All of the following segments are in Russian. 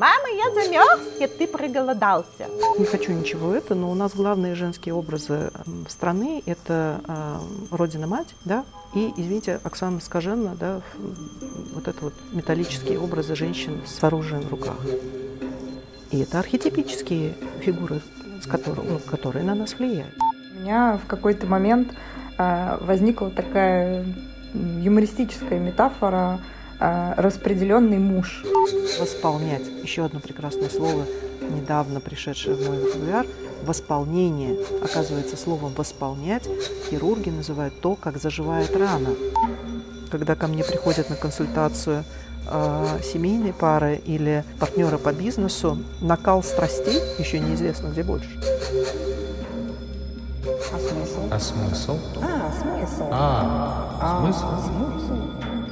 Мама, я замерз, и ты проголодался. Не хочу ничего но у нас главные женские образы страны – это Родина-мать, да, и, извините, Оксана Скажена, да, вот это вот металлические образы женщин с оружием в руках. И это архетипические фигуры, которые на нас влияют. У меня в какой-то момент возникла такая юмористическая метафора «распределенный муж». Восполнять. Еще одно прекрасное слово, недавно пришедшее в мой вокабуляр. Восполнение. Оказывается, словом «восполнять» хирурги называют то, как заживает рана. Когда ко мне приходят на консультацию семейные пары или партнеры по бизнесу, накал страстей еще неизвестно, где больше. А смысл? А смысл? Смысл. Смысл?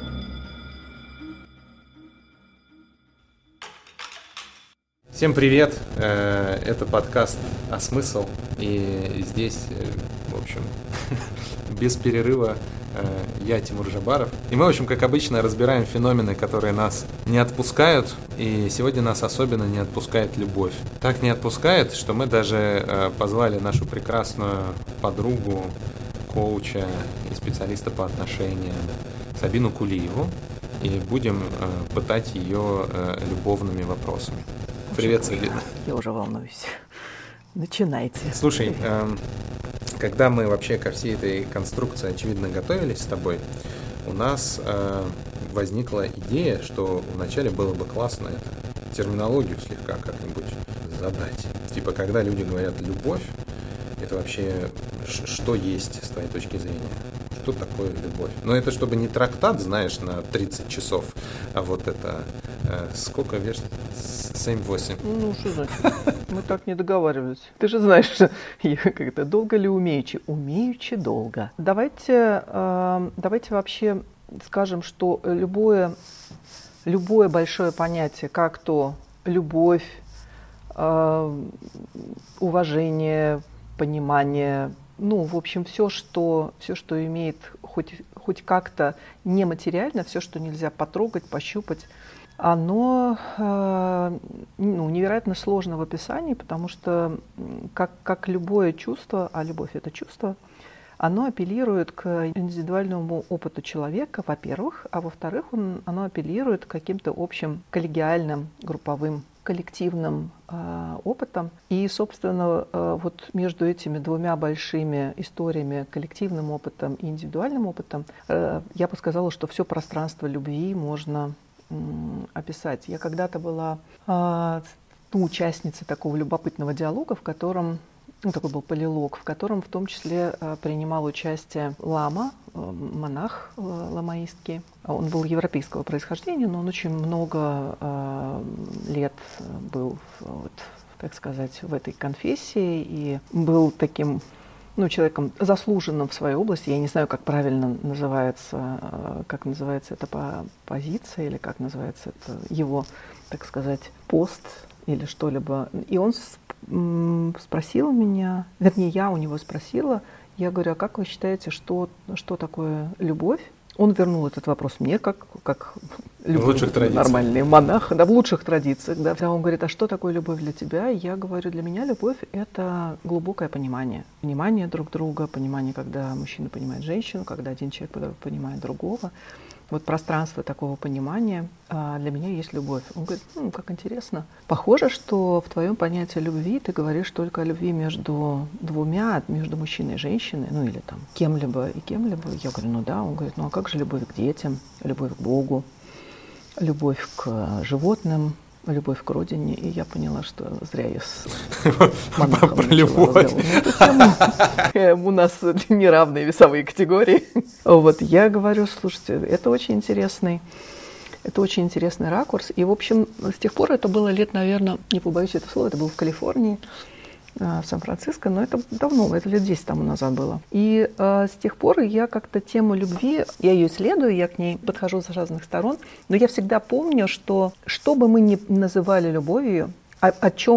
Всем привет! Это подкаст «А смысл?» И здесь, в общем, без перерыва я, Тимур Жабаров. И мы, в общем, как обычно, разбираем феномены, которые нас не отпускают. И сегодня нас особенно не отпускает любовь. Так не отпускает, что мы даже позвали нашу прекрасную подругу, коуча и специалиста по отношениям Сабину Кулиеву. И будем пытать ее любовными вопросами. Привет, Сабина. Я уже волнуюсь. Начинайте. Слушай, когда мы вообще ко всей этой конструкции, очевидно, готовились с тобой, у нас возникла идея, что вначале было бы классно терминологию слегка как-нибудь задать. Типа, когда люди говорят «любовь», это вообще что есть с твоей точки зрения? Что такое любовь? Но это чтобы не трактат, знаешь, на 30 часов, а вот это сколько версий? 7-8. Ну, что значит? Мы так не договаривались. Ты же знаешь, что как-то долго ли умеючи? Умеючи долго. Давайте вообще скажем, что любое большое понятие, как то любовь, уважение, понимание, ну, в общем, все, что имеет хоть как-то нематериально, все, что нельзя потрогать, пощупать, оно невероятно сложно в описании, потому что как любое чувство, а любовь – это чувство, оно апеллирует к индивидуальному опыту человека, во-первых, а во-вторых, оно апеллирует к каким-то общим коллегиальным, групповым, коллективным опытом. И, собственно, вот между этими двумя большими историями, коллективным опытом и индивидуальным опытом, я бы сказала, что все пространство любви можно описать. Я когда-то была участницей такого любопытного диалога, в котором, такой был полилог, в котором в том числе принимал участие лама, монах ламаистский. Он был европейского происхождения, но он очень много лет был, так сказать, в этой конфессии и был таким человеком заслуженным в своей области. Я не знаю, как правильно называется, эта позиция или как называется это его, так сказать, пост или что-либо. И он спросил меня, вернее, я у него спросила, я говорю, а как вы считаете, что такое любовь? Он вернул этот вопрос мне, как любой нормальный монах, да, в лучших традициях. Да. Он говорит, а что такое любовь для тебя? Я говорю, для меня любовь – это глубокое понимание. Понимание друг друга, понимание, когда мужчина понимает женщину, когда один человек понимает другого. Вот пространство такого понимания для меня есть любовь. Он говорит, как интересно. Похоже, что в твоем понятии любви ты говоришь только о любви между двумя, между мужчиной и женщиной, или там кем-либо и кем-либо. Я говорю, да. Он говорит, а как же любовь к детям, любовь к Богу, любовь к животным, любовь к родине. И я поняла, что зря я с монахом про любовь. У нас неравные весовые категории. Вот я говорю, слушайте, это очень интересный ракурс. И, в общем, с тех пор это было лет, наверное, не побоюсь этого слова, это было в Калифорнии, в Сан-Франциско, но это давно, это лет 10 тому назад было. И с тех пор я как-то тему любви, я ее исследую, я к ней подхожу с разных сторон, но я всегда помню, что бы мы ни называли любовью, о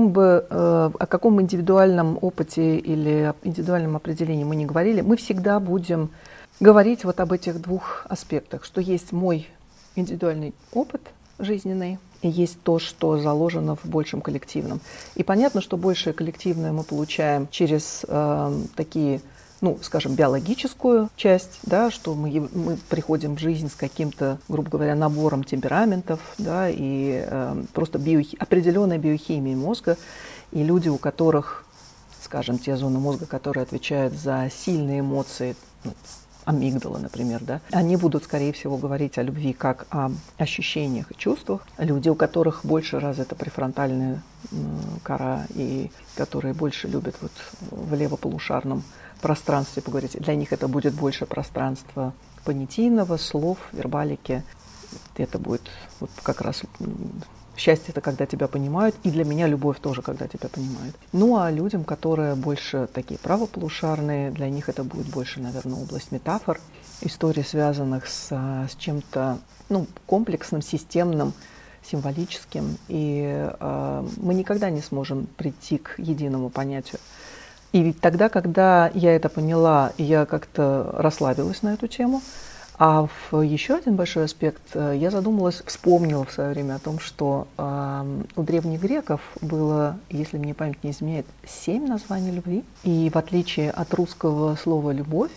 каком индивидуальном опыте или индивидуальном определении мы не говорили, мы всегда будем говорить вот об этих двух аспектах, что есть мой индивидуальный опыт жизненный, есть то, что заложено в большем коллективном. И понятно, что большее коллективное мы получаем через такие, ну, скажем, биологическую часть, да, что мы приходим в жизнь с каким-то, грубо говоря, набором темпераментов, да, и просто определенной биохимией мозга. И люди, у которых, скажем, те зоны мозга, которые отвечают за сильные эмоции, ну, амигдала, например, да, они будут, скорее всего, говорить о любви как о ощущениях и чувствах. Люди, у которых больше развита префронтальная кора и которые больше любят вот в левополушарном пространстве поговорить, для них это будет больше пространства понятийного, слов, вербалики. Это будет вот как раз счастье — это когда тебя понимают, и для меня любовь тоже, когда тебя понимают. Ну а людям, которые больше такие правополушарные, для них это будет больше, наверное, область метафор, историй, связанных с чем-то, ну, комплексным, системным, символическим. И мы никогда не сможем прийти к единому понятию. И ведь тогда, когда я это поняла, я как-то расслабилась на эту тему. А еще один большой аспект, я задумалась, вспомнила в свое время о том, что у древних греков было, если мне память не изменяет, 7 названий любви. И в отличие от русского слова «любовь»,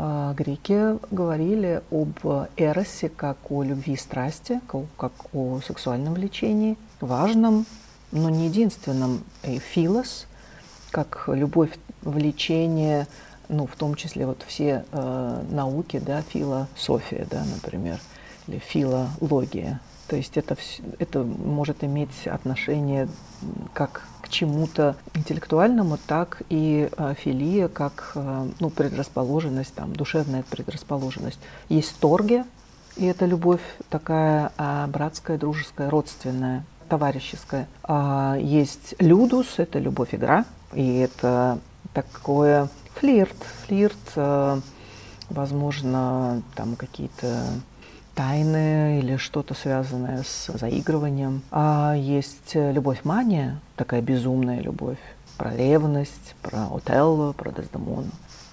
греки говорили об эросе как о любви и страсти, как о сексуальном влечении, важном, но не единственном, филос, как любовь, влечение, ну, в том числе вот все науки, да, философия, да, например, или филология. То есть это может иметь отношение как к чему-то интеллектуальному, так и филия, как, ну, предрасположенность, там, душевная предрасположенность. Есть сторге, и это любовь такая братская, дружеская, родственная, товарищеская. А есть людус, это любовь-игра, и это такое флирт, возможно, там какие-то тайны или что-то связанное с заигрыванием. А есть любовь-мания, такая безумная любовь, про ревность, про Отелло, про Дездемону.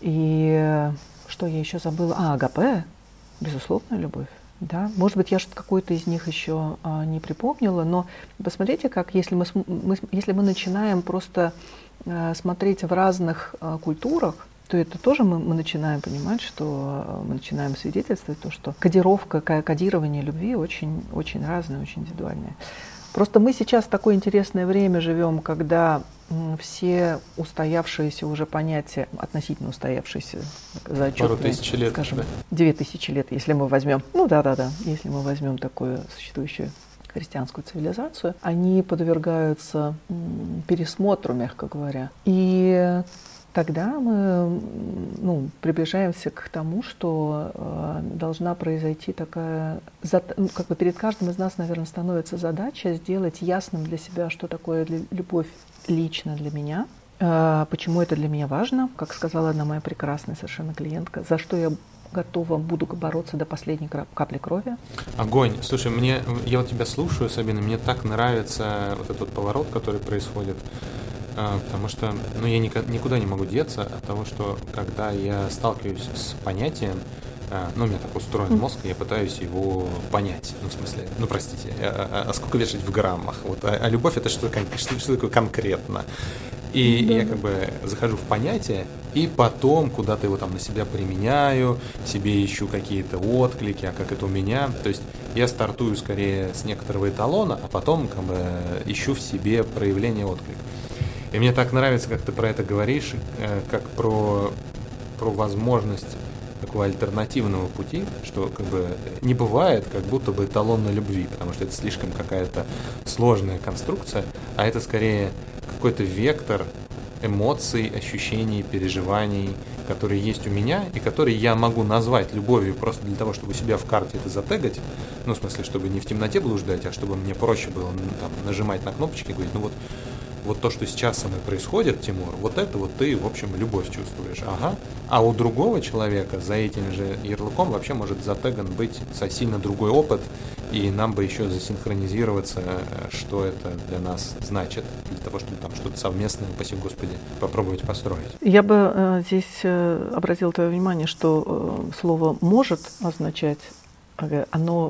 И что я еще забыла? Агапе, безусловная любовь. Да, может быть, я что-то какую-то из них еще не припомнила, но посмотрите, как если мы начинаем просто смотреть в разных культурах, то это тоже мы начинаем понимать, что мы начинаем свидетельствовать то, что кодирование любви очень, очень разное, очень индивидуальное. Просто мы сейчас в такое интересное время живем, когда все устоявшиеся уже понятия, относительно устоявшиеся, зачетные, пару тысяч лет, скажем, да? 2000 лет, если мы возьмем, если мы возьмем такую существующую христианскую цивилизацию, они подвергаются пересмотру, мягко говоря. И тогда мы приближаемся к тому, что должна произойти такая, как бы перед каждым из нас, наверное, становится задача сделать ясным для себя, что такое любовь лично для меня, почему это для меня важно, как сказала одна моя прекрасная совершенно клиентка, за что я буду бороться до последней капли крови. Огонь. Слушай, я вот тебя слушаю, Сабина, мне так нравится вот этот поворот, который происходит, потому что я никуда не могу деться от того, что когда я сталкиваюсь с понятием, у меня так устроен мозг, я пытаюсь его понять. Простите, сколько вешать в граммах? Вот, любовь — это что такое конкретно? И я как бы захожу в понятие, и потом куда-то его там на себя применяю, себе ищу какие-то отклики, а как это у меня. То есть я стартую скорее с некоторого эталона, а потом как бы ищу в себе проявление отклика. И мне так нравится, как ты про это говоришь, как про возможность такого альтернативного пути, что как бы не бывает как будто бы эталонной любви, потому что это слишком какая-то сложная конструкция, а это скорее какой-то вектор эмоций, ощущений, переживаний, которые есть у меня и которые я могу назвать любовью просто для того, чтобы себя в карте это затегать, в смысле, чтобы не в темноте блуждать, а чтобы мне проще было нажимать на кнопочки и говорить, вот то, что сейчас со мной происходит, Тимур, вот это вот ты, в общем, любовь чувствуешь. Ага. А у другого человека за этим же ярлыком вообще может затеган быть сильно другой опыт, и нам бы еще засинхронизироваться, что это для нас значит, для того, чтобы там что-то совместное, упаси Господи, попробовать построить. Я бы здесь обратила твое внимание, что слово «может» означать, оно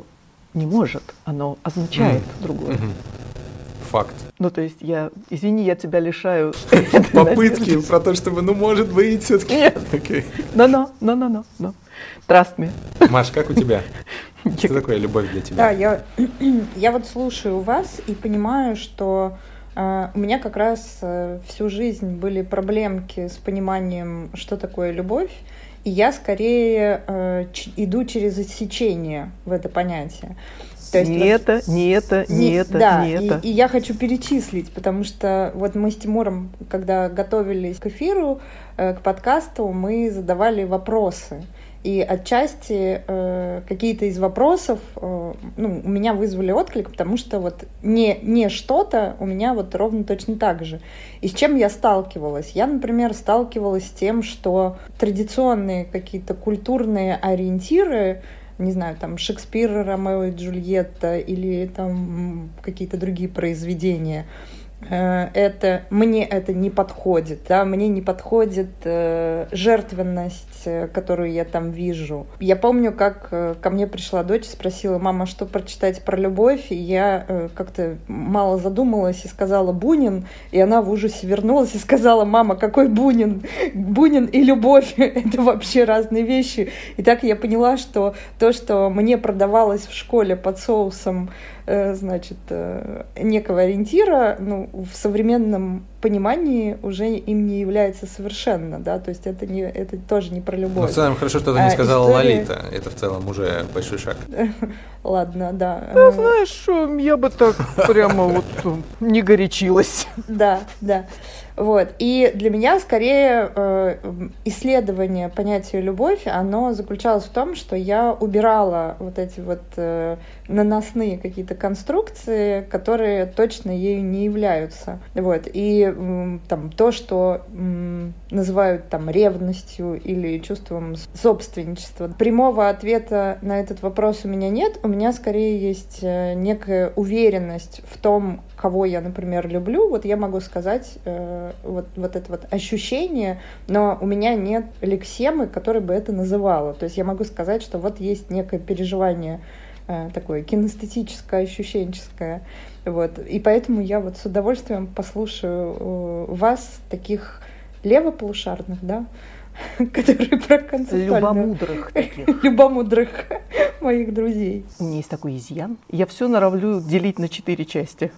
не может, оно означает другое. Факт. Ну, то есть извини, я тебя лишаю Попытки про то, чтобы, может быть, все-таки. Нет. Okay. No. Trust me. Маш, как у тебя? Что такое любовь для тебя? Да, я вот слушаю вас и понимаю, что у меня как раз всю жизнь были проблемки с пониманием, что такое любовь, и я скорее иду через отсечение в это понятие. То есть не это. И я хочу перечислить, потому что вот мы с Тимуром, когда готовились к эфиру, к подкасту, мы задавали вопросы. И отчасти какие-то из вопросов у меня вызвали отклик, потому что вот не что-то у меня вот ровно точно так же. И с чем я сталкивалась? Я, например, сталкивалась с тем, что традиционные какие-то культурные ориентиры, не знаю, там Шекспир, Ромео и Джульетта или там какие-то другие произведения, мне это не подходит, да, мне не подходит жертвенность, которую я там вижу. Я помню, как ко мне пришла дочь, спросила: мама, что прочитать про любовь? И я как-то мало задумалась и сказала: Бунин. И она в ужасе вернулась и сказала: мама, какой Бунин? Бунин и любовь — это вообще разные вещи. И так я поняла, что то, что мне продавалось в школе под соусом некого ориентира, в современном понимании уже им не является совершенно, да, то есть это тоже не про любовь. Но в целом хорошо, что ты не сказала Лолита, это в целом уже большой шаг. Ладно, да. Да, знаешь, я бы так прямо вот не горячилась. Да. Вот. И для меня скорее исследование понятия любовь, оно заключалось в том, что я убирала вот эти вот наносные какие-то конструкции, которые точно ею не являются. Вот. И там то, что называют там ревностью или чувством собственничества. Прямого ответа на этот вопрос у меня нет. У меня скорее есть некая уверенность в том, кого я, например, люблю. Вот я могу сказать вот это вот ощущение, но у меня нет лексемы, которая бы это называла. То есть я могу сказать, что вот есть некое переживание такое кинестетическое, ощущенческое. Вот. И поэтому я вот с удовольствием послушаю вас, таких левополушарных, да, которые про концептуальную... Любомудрых таких. Любомудрых моих друзей. У меня есть такой изъян. Я все норовлю делить на 4 части.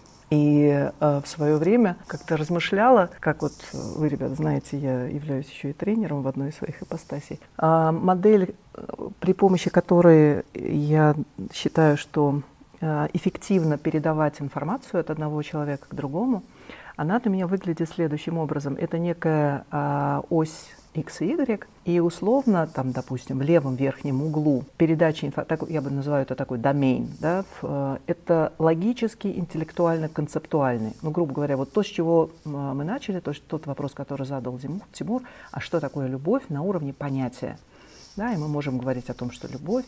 И в свое время как-то размышляла, как вот вы, ребята, знаете, я являюсь еще и тренером в одной из своих ипостасей. Модель, при помощи которой я считаю, что эффективно передавать информацию от одного человека к другому, она для меня выглядит следующим образом. Это некая ось X и Y, и условно, там, допустим, в левом верхнем углу передачи информации, я бы называю это такой домен, да, это логический, интеллектуально-концептуальный. Грубо говоря, вот то, с чего мы начали, тот вопрос, который задал Тимур, а что такое любовь на уровне понятия. Да, и мы можем говорить о том, что любовь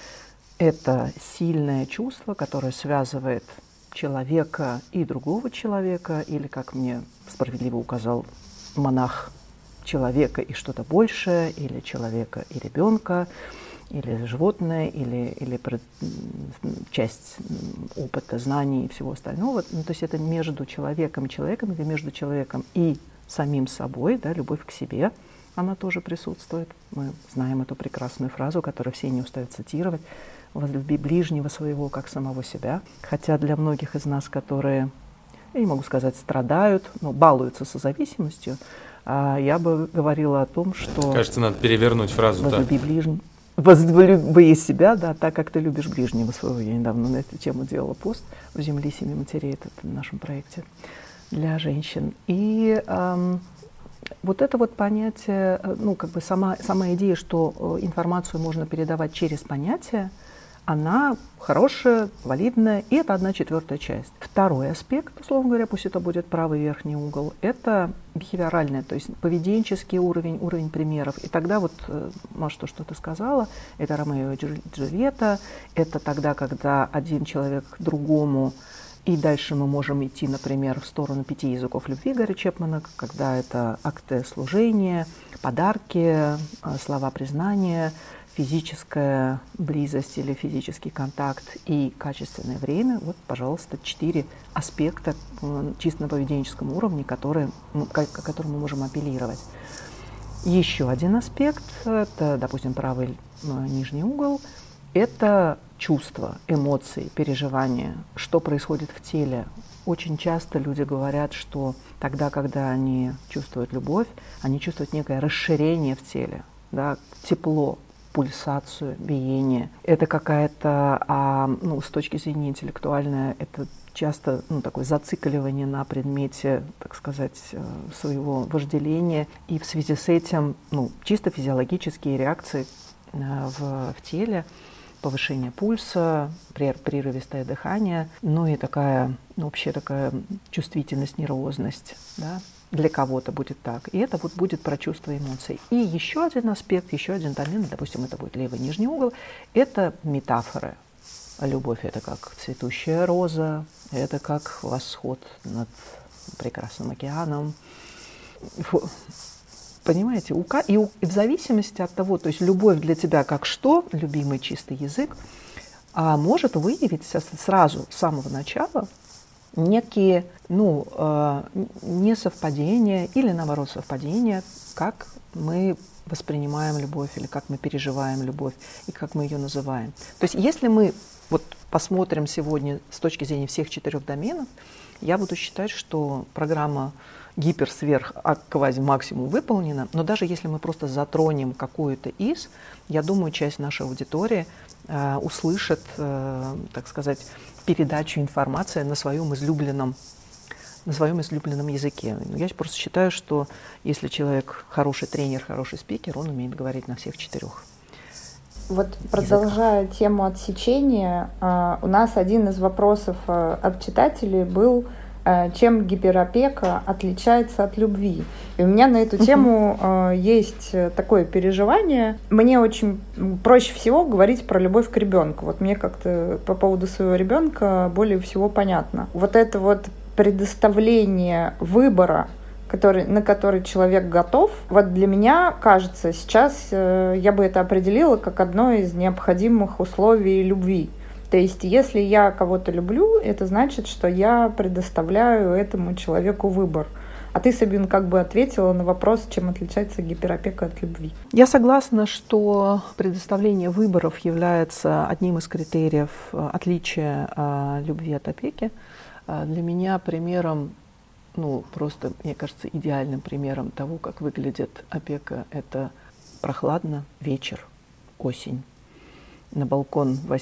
— это сильное чувство, которое связывает человека и другого человека, или, как мне справедливо указал монах, человека и что-то большее, или человека и ребенка, или животное, или часть опыта, знаний и всего остального. То есть это между человеком и человеком, или между человеком и самим собой, да, любовь к себе, она тоже присутствует. Мы знаем эту прекрасную фразу, которую все не устают цитировать: «Возлюби ближнего своего, как самого себя». Хотя для многих из нас, которые, я не могу сказать, страдают, но балуются созависимостью, я бы говорила о том, что... Кажется, надо перевернуть фразу. «Возлюби ближнего». «Возлюби себя, да, так, как ты любишь ближнего своего». Я недавно на эту тему делала пост в «Земли семи матерей», это в нашем проекте для женщин. И вот это вот понятие, сама идея, что информацию можно передавать через понятие, она хорошая, валидная, и это 1/4 часть. Второй аспект, условно говоря, пусть это будет правый верхний угол, это бихевиоральный, то есть поведенческий уровень примеров. И тогда вот, Маш, то, что ты сказала, это Ромео и Джульетта, это тогда, когда один человек к другому, и дальше мы можем идти, например, в сторону 5 языков любви Гарри Чепмана, когда это акты служения, подарки, слова признания, физическая близость или физический контакт и качественное время. Вот, пожалуйста, 4 аспекта чисто на поведенческом уровне, к которым мы можем апеллировать. Еще один аспект, это, допустим, правый нижний угол, это чувства, эмоции, переживания, что происходит в теле. Очень часто люди говорят, что тогда, когда они чувствуют любовь, они чувствуют некое расширение в теле, да, тепло, пульсацию, биение. Это какая-то, с точки зрения интеллектуальной, это часто такое зацикливание на предмете, так сказать, своего вожделения. И в связи с этим чисто физиологические реакции в теле, повышение пульса, прерывистое дыхание, и такая, вообще такая чувствительность, нервозность, да? Для кого-то будет так. И это вот будет про чувства и эмоции. И еще один аспект, еще один домен, допустим, это будет левый нижний угол, это метафоры. Любовь — это как цветущая роза, это как восход над прекрасным океаном. Понимаете, и в зависимости от того, то есть любовь для тебя как что, любимый чистый язык, может выявиться сразу, с самого начала, некие несовпадения или, наоборот, совпадения, как мы воспринимаем любовь или как мы переживаем любовь и как мы ее называем. То есть если мы посмотрим сегодня с точки зрения всех 4 доменов, я буду считать, что программа гипер, сверх, квази-максимум выполнена, но даже если мы просто затронем какую-то из, я думаю, часть нашей аудитории услышит, так сказать, передачу информации на своем излюбленном языке. Я просто считаю, что если человек хороший тренер, хороший спикер, он умеет говорить на всех 4. Вот продолжая тему отсечения, у нас один из вопросов от читателей был, чем гиперопека отличается от любви. И у меня на эту тему есть такое переживание. Мне очень проще всего говорить про любовь к ребенку. Вот мне как-то по поводу своего ребенка более всего понятно. Вот это вот предоставление выбора, на который человек готов, вот для меня кажется, сейчас я бы это определила как одно из необходимых условий любви. То есть, если я кого-то люблю, это значит, что я предоставляю этому человеку выбор. А ты, Сабин, как бы ответила на вопрос, чем отличается гиперопека от любви. Я согласна, что предоставление выборов является одним из критериев отличия любви от опеки. Для меня примером, просто, мне кажется, идеальным примером того, как выглядит опека, это прохладно, вечер, осень. На балкон в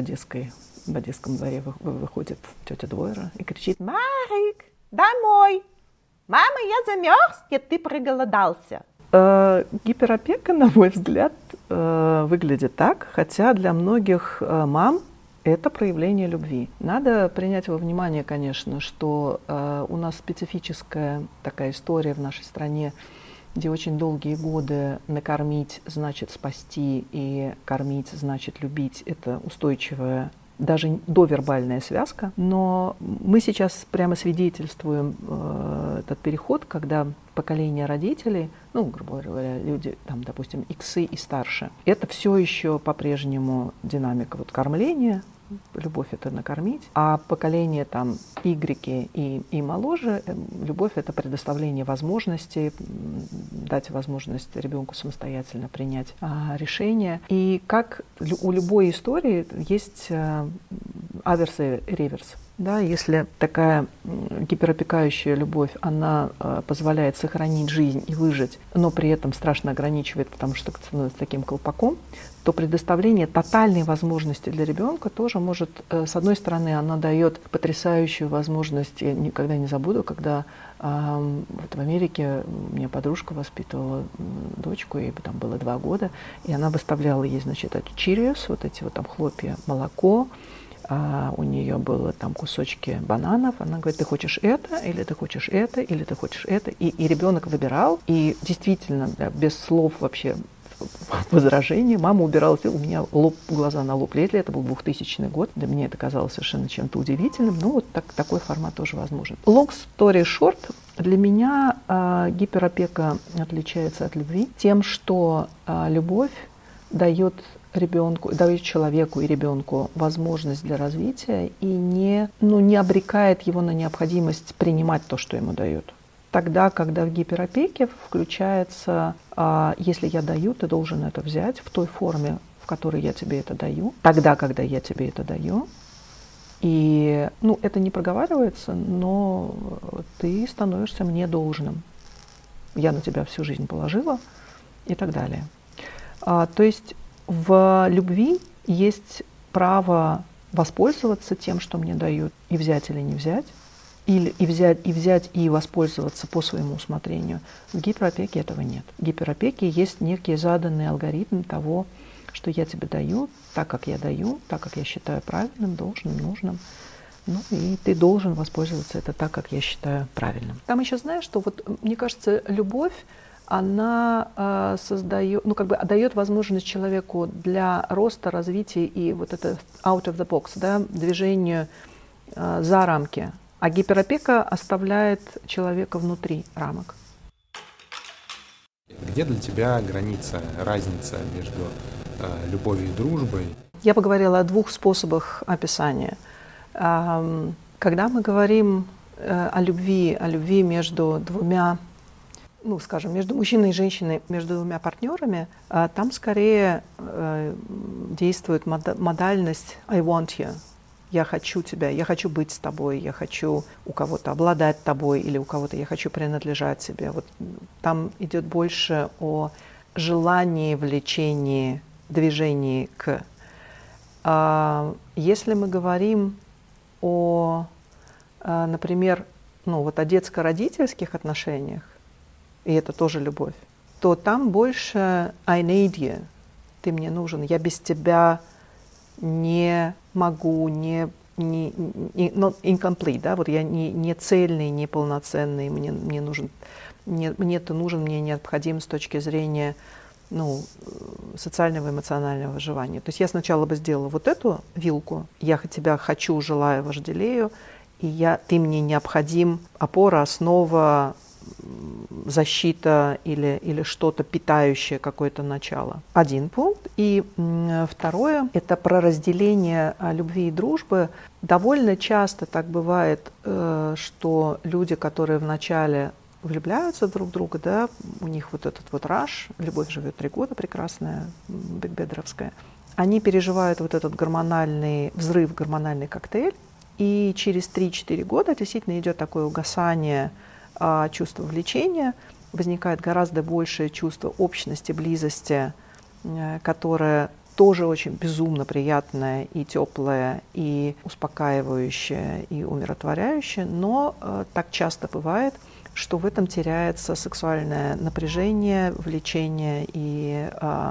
Одесском дворе выходит тетя Двойра и кричит: «Марик, домой! Мама, я замерз, ты проголодался!» Гиперопека, на мой взгляд, выглядит так, хотя для многих мам это проявление любви. Надо принять во внимание, конечно, что у нас специфическая такая история в нашей стране, где очень долгие годы накормить значит спасти, и кормить значит любить. Это устойчивая, даже довербальная связка. Но мы сейчас прямо свидетельствуем этот переход, когда поколение родителей, грубо говоря, люди, допустим, иксы и старше, это все еще по-прежнему динамика кормления. Любовь — это накормить, а поколение Y и моложе, любовь — это предоставление возможностей, дать возможность ребенку самостоятельно принять решение. И как у любой истории есть аверс и реверс. Да, если такая гиперопекающая любовь, она позволяет сохранить жизнь и выжить, но при этом страшно ограничивает, потому что становится таким колпаком, то предоставление тотальной возможности для ребенка тоже может, с одной стороны, она дает потрясающую возможность. Я никогда не забуду, когда в Америке у меня подружка воспитывала дочку, ей там было 2 года, и она выставляла ей, Cheerios, эти хлопья, молоко. У нее было кусочки бананов. Она говорит: ты хочешь это, или ты хочешь это, или ты хочешь это. И ребенок выбирал. И действительно, без слов вообще возражений, мама убирала. У меня глаза на лоб лезли. Это был 2000 год. Для меня это казалось совершенно чем-то удивительным. Но такой формат тоже возможен. Long story short, для меня гиперопека отличается от любви тем, что любовь дает человеку и ребенку возможность для развития и не обрекает его на необходимость принимать то, что ему дают. Тогда, когда в гиперопеке включается, если я даю, ты должен это взять в той форме, в которой я тебе это даю, тогда, когда я тебе это даю. И это не проговаривается, но ты становишься мне должным. Я на тебя всю жизнь положила и так далее. То есть в любви есть право воспользоваться тем, что мне дают, и взять или не взять. Или взять и воспользоваться по своему усмотрению. В гиперопеке этого нет. В гиперопеке есть некий заданный алгоритм того, что я тебе даю, так как я считаю правильным, должным, нужным. И ты должен воспользоваться это так, как я считаю правильным. Там еще знаешь, что мне кажется, любовь, она дает возможность человеку для роста, развития и это out of the box, движению за рамки. А гиперопека оставляет человека внутри рамок. Где для тебя разница между любовью и дружбой? Я поговорила о двух способах описания. Когда мы говорим о любви между двумя, между мужчиной и женщиной, между двумя партнерами, там скорее действует модальность «I want you». Я хочу тебя, я хочу быть с тобой, я хочу у кого-то обладать тобой или у кого-то я хочу принадлежать тебе. Там идет больше о желании, влечении, движении к. Если мы говорим например, о детско-родительских отношениях, и это тоже любовь, то там больше I need you, ты мне нужен, я без тебя не могу, not incomplete, я не цельный, не полноценный, мне ты нужен, мне необходим с точки зрения социального и эмоционального выживания. То есть я сначала бы сделала эту вилку, я тебя хочу, желаю, вожделею, и ты мне необходим, опора, основа, защита или что-то питающее, какое-то начало. Один пункт. И второе, это про разделение любви и дружбы. Довольно часто так бывает, что люди, которые вначале влюбляются друг в друга, у них этот раш, любовь живет 3 года, прекрасная, бекбедеровская, они переживают этот гормональный взрыв, гормональный коктейль, и через 3-4 года действительно идет такое угасание чувство влечения, возникает гораздо большее чувство общности, близости, которое тоже очень безумно приятное и теплое, и успокаивающее, и умиротворяющее, но так часто бывает, что в этом теряется сексуальное напряжение, влечение и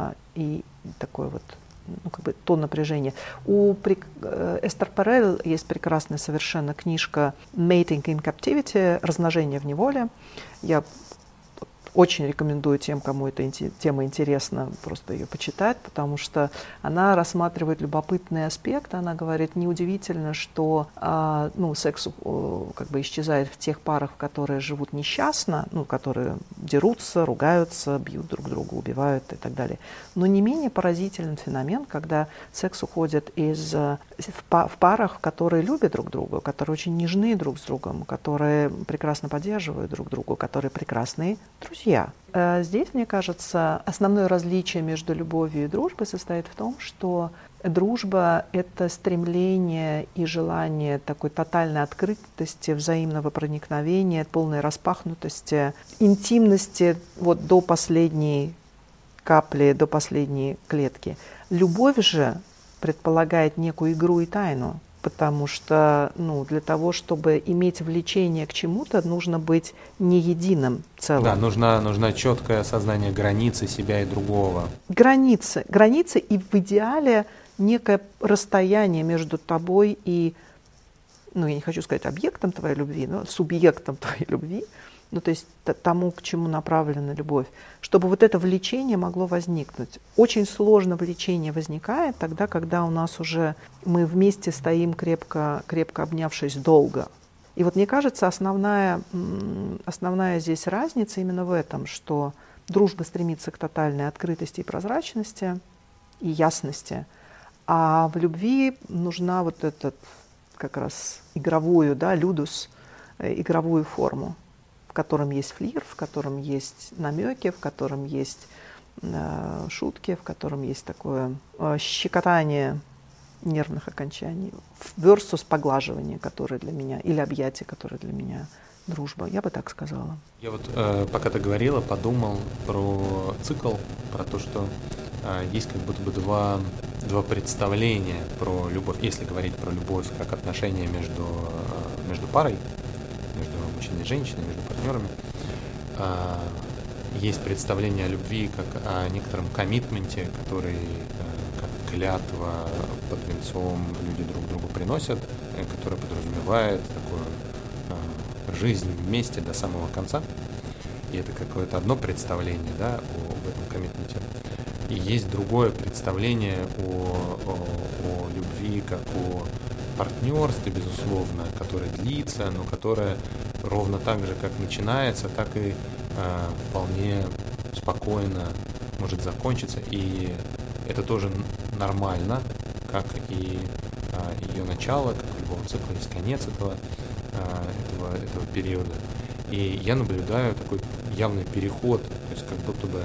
такое то напряжение. У Эстер Перель есть прекрасная совершенно книжка «Mating in Captivity», «Размножение в неволе». Я очень рекомендую тем, кому эта тема интересна, просто ее почитать, потому что она рассматривает любопытный аспект. Она говорит, неудивительно, что секс исчезает в тех парах, которые живут несчастно, которые дерутся, ругаются, бьют друг друга, убивают и так далее. Но не менее поразителен феномен, когда секс уходит в парах, которые любят друг друга, которые очень нежны друг с другом, которые прекрасно поддерживают друг друга, которые прекрасные друзья. Здесь, мне кажется, основное различие между любовью и дружбой состоит в том, что дружба — это стремление и желание такой тотальной открытости, взаимного проникновения, полной распахнутости, интимности до последней капли, до последней клетки. Любовь же предполагает некую игру и тайну. Потому что для того, чтобы иметь влечение к чему-то, нужно быть не единым целым. Да, нужно четкое осознание границы себя и другого. Границы и в идеале некое расстояние между тобой и, я не хочу сказать объектом твоей любви, но субъектом твоей любви, то есть тому, к чему направлена любовь, чтобы это влечение могло возникнуть. Очень сложно влечение возникает тогда, когда у нас уже мы вместе стоим крепко обнявшись долго. И мне кажется, основная здесь разница именно в этом, что дружба стремится к тотальной открытости и прозрачности, и ясности. А в любви нужна вот этот как раз игровую, да, людус, игровую форму, в котором есть флирт, в котором есть намеки, в котором есть шутки, в котором есть такое щекотание нервных окончаний versus поглаживание, которое для меня, или объятие, которое для меня дружба. Я бы так сказала. Я вот, пока ты говорила, подумал про цикл, про то, что есть как будто бы два представления про любовь. Если говорить про любовь как отношение между парой, между мужчиной и женщиной, между партнерами, есть представление о любви как о некотором коммитменте, который как клятва под венцом люди друг другу приносят, который подразумевает такую жизнь вместе до самого конца. И это какое-то одно представление, да, об этом коммитменте. И есть другое представление о любви как о партнерстве, безусловно, которое длится, но которое ровно так же, как начинается, так и вполне спокойно может закончиться. И это тоже нормально, как и ее начало, как у любого цикла есть конец этого периода. И я наблюдаю такой явный переход, то есть как будто бы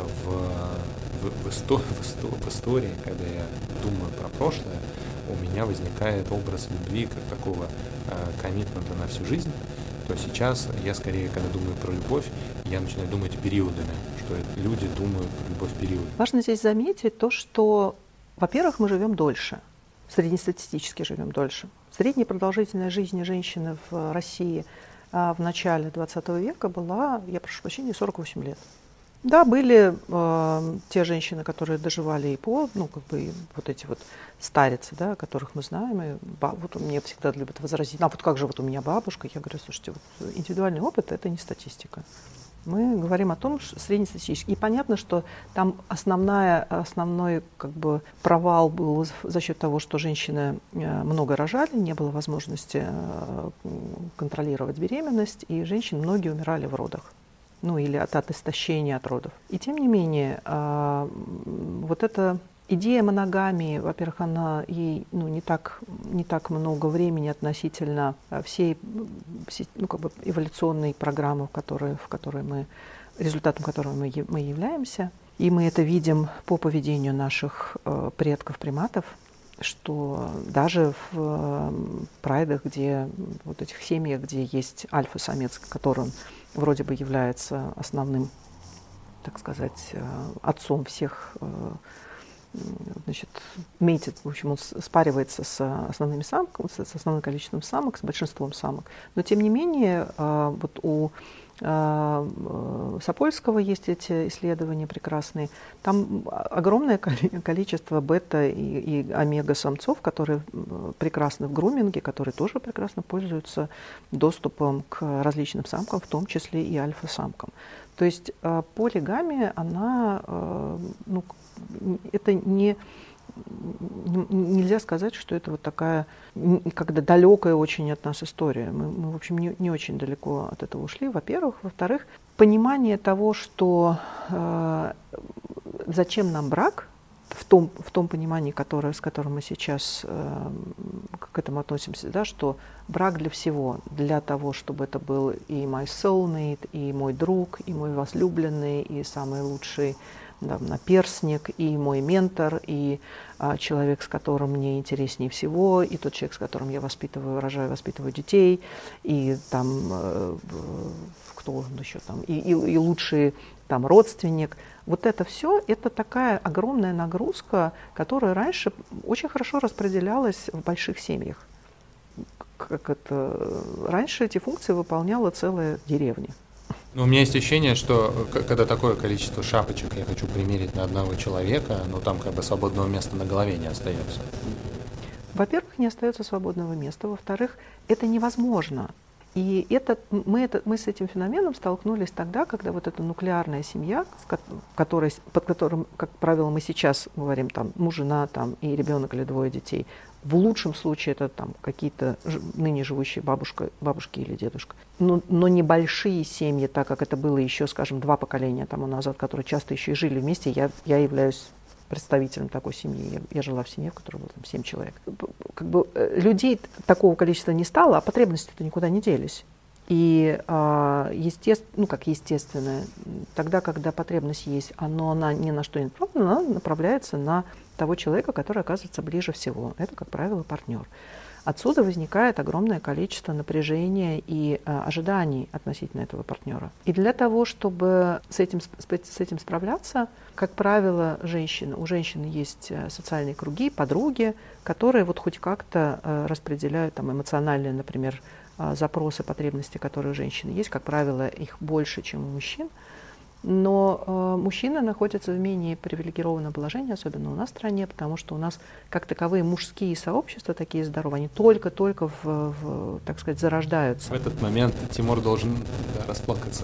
в истории, когда я думаю про прошлое, у меня возникает образ любви как такого коммитмента на всю жизнь. То сейчас я скорее, когда думаю про любовь, я начинаю думать периодами, что люди думают про любовь периодами. Важно здесь заметить то, что, во-первых, мы живем дольше, среднестатистически живем дольше. Средняя продолжительность жизни женщины в России в начале 20 века была, я прошу прощения, 48 лет. Да, были те женщины, которые доживали и по, вот эти вот старицы, да, которых мы знаем, и вот мне всегда любят возразить, вот как же вот у меня бабушка, я говорю, слушайте, вот индивидуальный опыт – это не статистика. Мы говорим о том, что среднестатистически. И понятно, что там основной как бы провал был за счет того, что женщины много рожали, не было возможности контролировать беременность, и женщины многие умирали в родах. Или от истощения от родов. И тем не менее, вот эта идея моногамии, во-первых, она ей не так много времени относительно всей эволюционной программы, результатом которой мы являемся. И мы это видим по поведению наших предков-приматов, что даже в прайдах, вот этих семьях, где есть альфа-самец, который вроде бы является основным, так сказать, отцом всех, мейтит, в общем, он спаривается с основными самками, с основным количеством самок, с большинством самок. Но тем не менее, вот у Сапольского есть эти исследования прекрасные. Там огромное количество бета и омега-самцов, которые прекрасны в груминге, которые тоже прекрасно пользуются доступом к различным самкам, в том числе и альфа-самкам. То есть полигамия, она, это нельзя сказать, что это вот такая, когда далекая очень от нас история. Мы в общем, не очень далеко от этого ушли, во-первых. Во-вторых, понимание того, что зачем нам брак, в том понимании, с которым мы сейчас к этому относимся, да, что брак для всего, для того, чтобы это был и my soulmate, и мой друг, и мой возлюбленный, и самый лучший наперсник, и мой ментор, и человек, с которым мне интереснее всего, и тот человек, с которым я рожаю, воспитываю детей, и там кто еще там, и лучший там родственник. Вот это все, это такая огромная нагрузка, которая раньше очень хорошо распределялась в больших семьях. Раньше эти функции выполняла целая деревня. У меня есть ощущение, что когда такое количество шапочек я хочу примерить на одного человека, там как бы свободного места на голове не остается. Во-первых, не остается свободного места. Во-вторых, это невозможно. И мы с этим феноменом столкнулись тогда, когда вот эта нуклеарная семья, под которым, как правило, мы сейчас говорим, там, муж, жена там, и ребенок или двое детей, в лучшем случае это там, какие-то ныне живущие бабушки или дедушка. Но небольшие семьи, так как это было еще, скажем, 2 поколения тому назад, которые часто еще и жили вместе, я являюсь представителем такой семьи. Я жила в семье, в которой было 7 человек. Как бы людей такого количества не стало, а потребности-то никуда не делись. И естественно, тогда, когда потребность есть, она ни на что не направлена, она направляется на того человека, который оказывается ближе всего. Это, как правило, партнер. Отсюда возникает огромное количество напряжения и ожиданий относительно этого партнера. И для того, чтобы с этим справляться, как правило, у женщины есть социальные круги, подруги, которые вот хоть как-то распределяют там, эмоциональные, например, запросы, потребности, которые у женщины есть. Как правило, их больше, чем у мужчин. Но мужчины находятся в менее привилегированном положении, особенно у нас в стране, потому что у нас как таковые мужские сообщества такие здоровые, они только-только, так сказать, зарождаются. В этот момент Тимур должен расплакаться.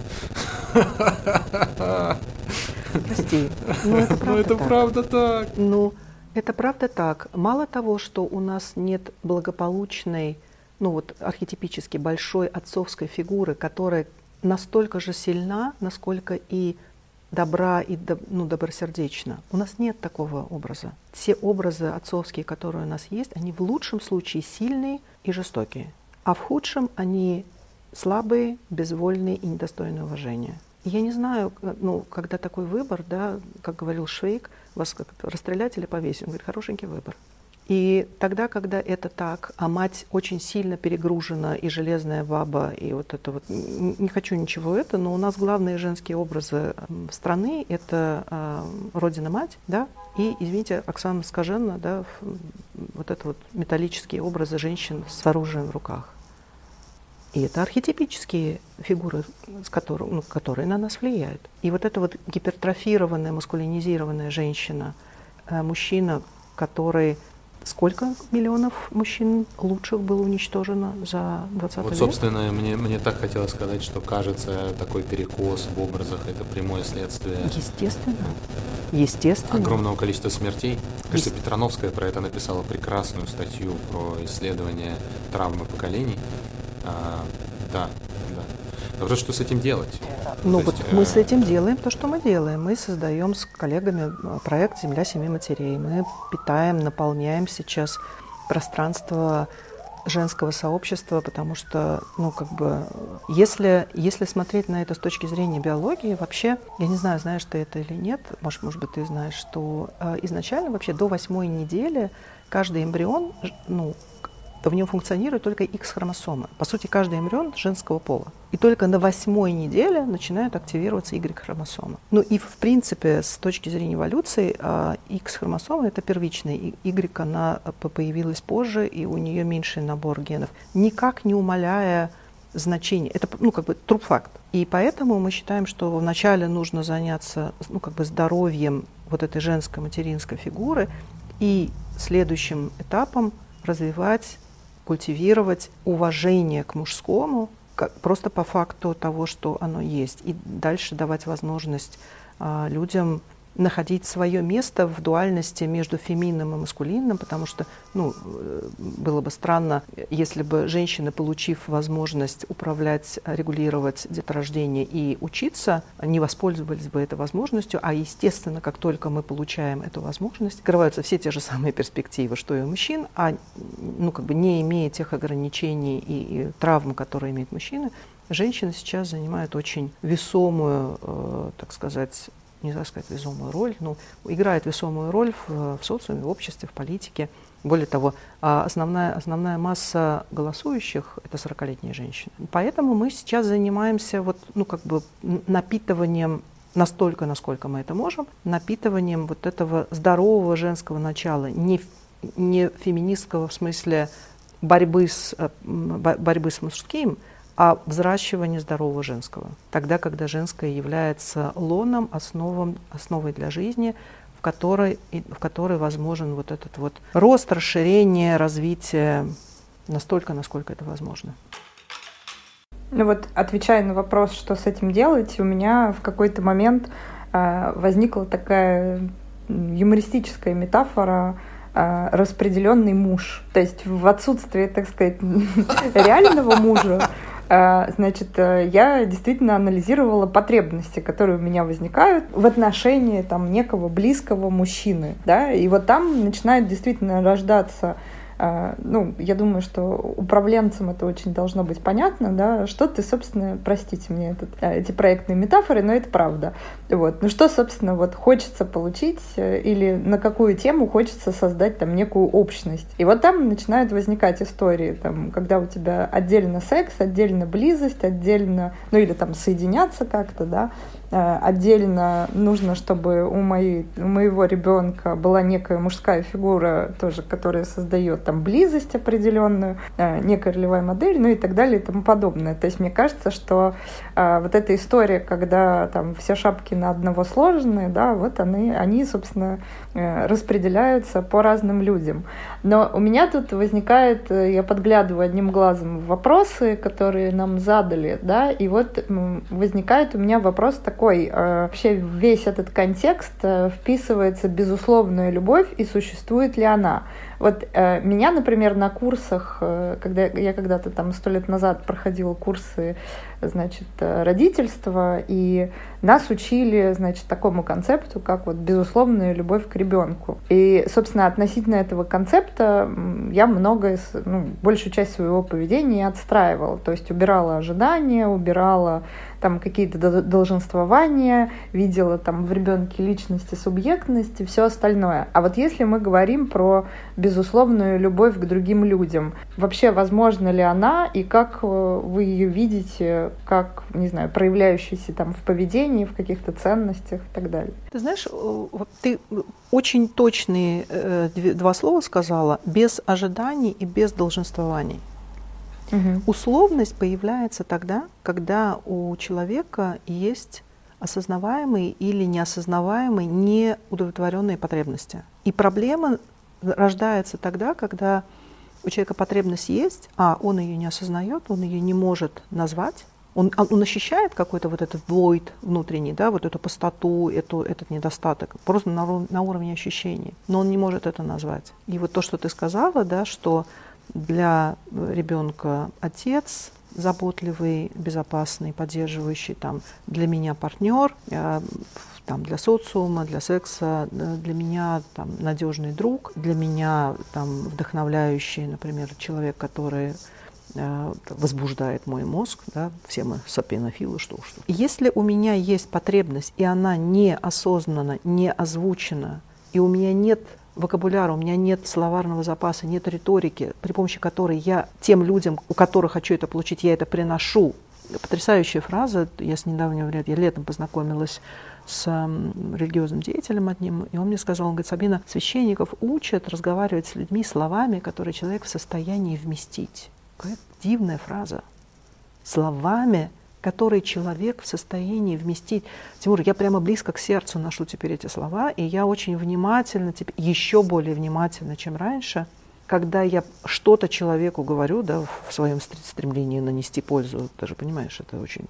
Прости, но это правда так. Ну, это правда так. Мало того, что у нас нет благополучной, архетипически большой отцовской фигуры, которая настолько же сильна, насколько и добра, и добросердечна. У нас нет такого образа. Все образы отцовские, которые у нас есть, они в лучшем случае сильные и жестокие, а в худшем они слабые, безвольные и недостойные уважения. И я не знаю, когда такой выбор, да, как говорил Швейк, вас как-то расстрелять или повесить, он говорит, хорошенький выбор. И тогда, когда это так, а мать очень сильно перегружена, и железная баба, и вот это вот, не хочу ничего но у нас главные женские образы страны — это Родина-мать, да, и, извините, Оксана Скажена, да, вот это вот металлические образы женщин с оружием в руках. И это архетипические фигуры, которые на нас влияют. И вот эта вот гипертрофированная, маскулинизированная женщина, мужчина, который... Сколько миллионов мужчин лучших было уничтожено за 20 век? Вот, собственно, мне так хотелось сказать, что, кажется, такой перекос в образах — это прямое следствие. Естественно. Огромного количества смертей. Кажется, Петрановская про это написала прекрасную статью про исследование травмы поколений. Да. Вопрос, что с этим делать? Мы с этим делаем то, что мы делаем. Мы создаем с коллегами проект «Земля семи матерей». Мы питаем, наполняем сейчас пространство женского сообщества, потому что, если смотреть на это с точки зрения биологии, вообще, я не знаю, знаешь ты это или нет, может быть, ты знаешь, что изначально вообще до 8-й недели каждый эмбрион, в нем функционирует только X-хромосомы. По сути, каждый эмбрион женского пола. И только на 8-й неделе начинают активироваться Y-хромосомы. И, в принципе, с точки зрения эволюции, X-хромосома — это первичная. Y, она появилась позже, и у нее меньший набор генов, никак не умаляя значение. Это, tруп факт. И поэтому мы считаем, что вначале нужно заняться, здоровьем вот этой женской материнской фигуры, и следующим этапом развивать, культивировать уважение к мужскому, просто по факту того, что оно есть, и дальше давать возможность людям находить свое место в дуальности между феминным и маскулинным, потому что, было бы странно, если бы женщины, получив возможность управлять, регулировать деторождение и учиться, не воспользовались бы этой возможностью, а, естественно, как только мы получаем эту возможность, открываются все те же самые перспективы, что и у мужчин, а, не имея тех ограничений и травм, которые имеют мужчины, женщины сейчас занимают очень весомую, нельзя сказать весомую роль, но играет весомую роль в социуме, в обществе, в политике. Более того, основная масса голосующих — это 40-летние женщины. Поэтому мы сейчас занимаемся напитыванием настолько, насколько мы это можем, напитыванием вот этого здорового женского начала, не феминистского в смысле борьбы с мужским, а взращивание здорового женского. Тогда, когда женское является лоном, основой для жизни, в которой возможен вот этот вот рост, расширение, развитие настолько, насколько это возможно. Отвечая на вопрос, что с этим делать, у меня в какой-то момент возникла такая юмористическая метафора распределенный муж. То есть в отсутствие, так сказать, реального мужа Значит, я действительно анализировала потребности, которые у меня возникают в отношении там некого близкого мужчины, да, и вот там начинает действительно рождаться. Ну, я думаю, что управленцам это очень должно быть понятно, да, что ты, собственно, простите мне эти проектные метафоры, но это правда. Вот. Ну, что, собственно, вот хочется получить или на какую тему хочется создать там некую общность. И вот там начинают возникать истории, там, когда у тебя отдельно секс, отдельно близость, отдельно, ну, или там соединяться как-то, да, отдельно нужно, чтобы у моего ребенка была некая мужская фигура тоже, которая создает там близость определенную, некая ролевая модель, ну и так далее и тому подобное. То есть мне кажется, что вот эта история, когда там все шапки на одного сложены, да, вот они, собственно, распределяются по разным людям. Но у меня тут возникает, я подглядываю одним глазом в вопросы, которые нам задали, да, и вот возникает у меня вопрос такой, вообще весь этот контекст вписывается безусловная любовь, и существует ли она? Вот меня, например, на курсах, когда я когда-то там 100 лет назад проходила курсы, значит, родительства, и нас учили, значит, такому концепту, как вот безусловная любовь к ребенку. И, собственно, относительно этого концепта я большую часть своего поведения отстраивала, то есть убирала ожидания, убирала там какие-то долженствования, видела там в ребенке личность и субъектность и все остальное. А вот если мы говорим про безусловную любовь к другим людям, вообще возможна ли она и как вы ее видите, как, не знаю, проявляющейся там в поведении, в каких-то ценностях и так далее? Ты знаешь, ты очень точные два слова сказала: без ожиданий и без долженствований. Угу. Условность появляется тогда, когда у человека есть осознаваемые или неосознаваемые неудовлетворенные потребности. И проблема рождается тогда, когда у человека потребность есть, а он ее не осознает, он ее не может назвать. Он ощущает какой-то вот этот void внутренний, да, вот эту пустоту, этот недостаток, просто на уровне ощущений. Но он не может это назвать. И вот то, что ты сказала, да, что для ребенка отец заботливый, безопасный, поддерживающий, там, для меня партнер, там, для социума, для секса, для меня там, надежный друг, для меня там, вдохновляющий, например, человек, который возбуждает мой мозг, да, все мы сапиенофилы, что. Если у меня есть потребность, и она не осознанно, не озвучена, и у меня нет вокабуляра, у меня нет словарного запаса, нет риторики, при помощи которой я тем людям, у которых хочу это получить, я это приношу. Потрясающая фраза, я с недавнего времени, я летом познакомилась с религиозным деятелем одним, и он мне сказал, он говорит: Сабина, священников учат разговаривать с людьми словами, которые человек в состоянии вместить. Какая дивная фраза. Словами, которые человек в состоянии вместить. Тимур, я прямо близко к сердцу ношу теперь эти слова, и я очень внимательно, еще более внимательно, чем раньше, когда я что-то человеку говорю, да, в своем стремлении нанести пользу, ты же понимаешь, это очень...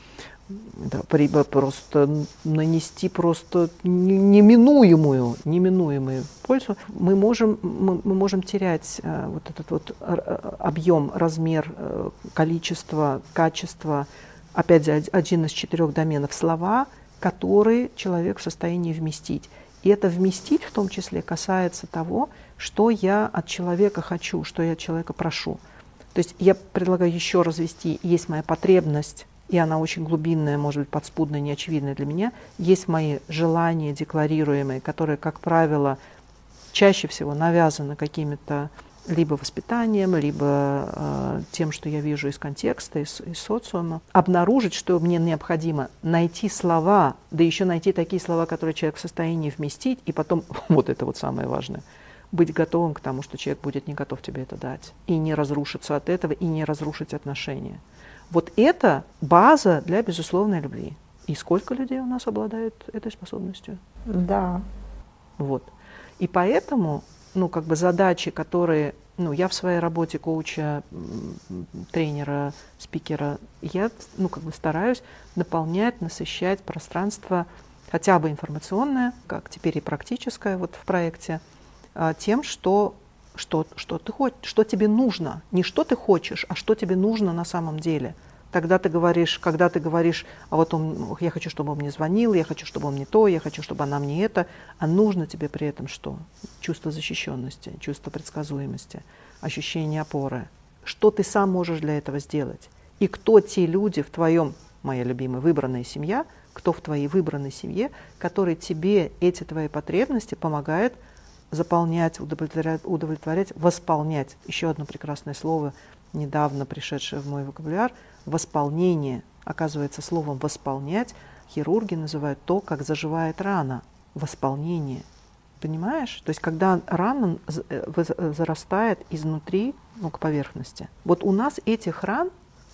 Да, просто нанести просто неминуемую пользу, мы можем терять вот этот вот объем, размер, количество, качество, опять же, один из 4 доменов, слова, которые человек в состоянии вместить. И это вместить в том числе касается того, что я от человека хочу, что я от человека прошу. То есть я предлагаю еще развести: есть моя потребность, и она очень глубинная, может быть, подспудная, неочевидная для меня. Есть мои желания декларируемые, которые, как правило, чаще всего навязаны какими-то либо воспитанием, либо тем, что я вижу из контекста, из социума. Обнаружить, что мне необходимо найти слова, да еще найти такие слова, которые человек в состоянии вместить, и потом, вот это вот самое важное, быть готовым к тому, что человек будет не готов тебе это дать, и не разрушиться от этого, и не разрушить отношения. Вот это база для безусловной любви. И сколько людей у нас обладают этой способностью? Да. Вот. И поэтому, задачи, которые, я в своей работе коуча, тренера, спикера, я, стараюсь наполнять, насыщать пространство, хотя бы информационное, как теперь и практическое вот в проекте, тем, что что ты хочешь, что тебе нужно. Не что ты хочешь, а что тебе нужно на самом деле. Тогда ты говоришь, когда ты говоришь, а вот я хочу, чтобы он мне звонил, я хочу, чтобы он мне то, я хочу, чтобы она мне это, а нужно тебе при этом что? Чувство защищенности, чувство предсказуемости, ощущение опоры. Что ты сам можешь для этого сделать? И кто те люди в твоем, моя любимая, выбранная семья, кто в твоей выбранной семье, который тебе эти твои потребности помогает заполнять, удовлетворять, восполнять. Еще одно прекрасное слово, недавно пришедшее в мой вокабуляр, восполнение. Оказывается, словом «восполнять» хирурги называют то, как заживает рана. Восполнение. Понимаешь? То есть, когда рана зарастает изнутри, к поверхности. Вот у нас этих ран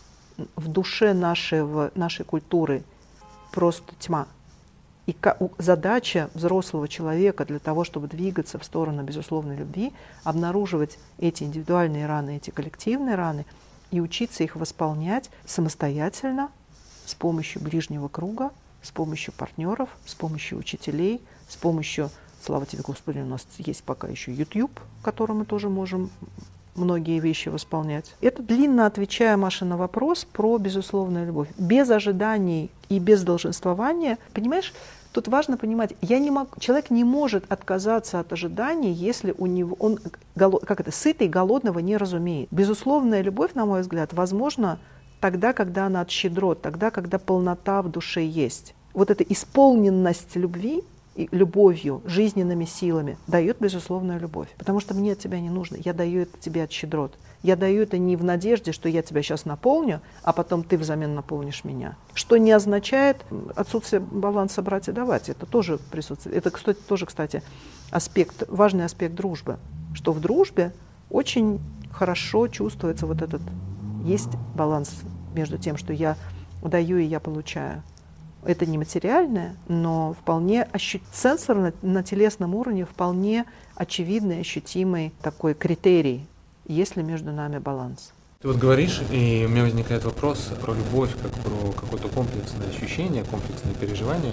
в душе нашей культуры просто тьма. И задача взрослого человека для того, чтобы двигаться в сторону безусловной любви, обнаруживать эти индивидуальные раны, эти коллективные раны и учиться их восполнять самостоятельно с помощью ближнего круга, с помощью партнеров, с помощью учителей, с помощью, слава тебе, Господи, у нас есть пока еще YouTube, в котором мы тоже можем многие вещи восполнять. Это длинно отвечая, Маша, на вопрос про безусловную любовь. Без ожиданий и без долженствования, понимаешь, тут важно понимать, человек не может отказаться от ожиданий, если он сытый, голодного не разумеет. Безусловная любовь, на мой взгляд, возможна тогда, когда она от щедрот, тогда, когда полнота в душе есть. Вот эта исполненность любви, и любовью, жизненными силами дает безусловную любовь. Потому что мне от тебя не нужно. Я даю это тебе от щедрот. Я даю это не в надежде, что я тебя сейчас наполню, а потом ты взамен наполнишь меня. Что не означает отсутствие баланса брать и давать. Это тоже присутствует. Это, кстати, важный аспект дружбы. Что в дружбе очень хорошо чувствуется вот этот, есть баланс между тем, что я даю и я получаю. Это не материальное, но вполне сенсорно, на телесном уровне вполне очевидный, ощутимый такой критерий, есть ли между нами баланс. Ты вот говоришь, и у меня возникает вопрос про любовь, как про какое-то комплексное ощущение, комплексное переживание,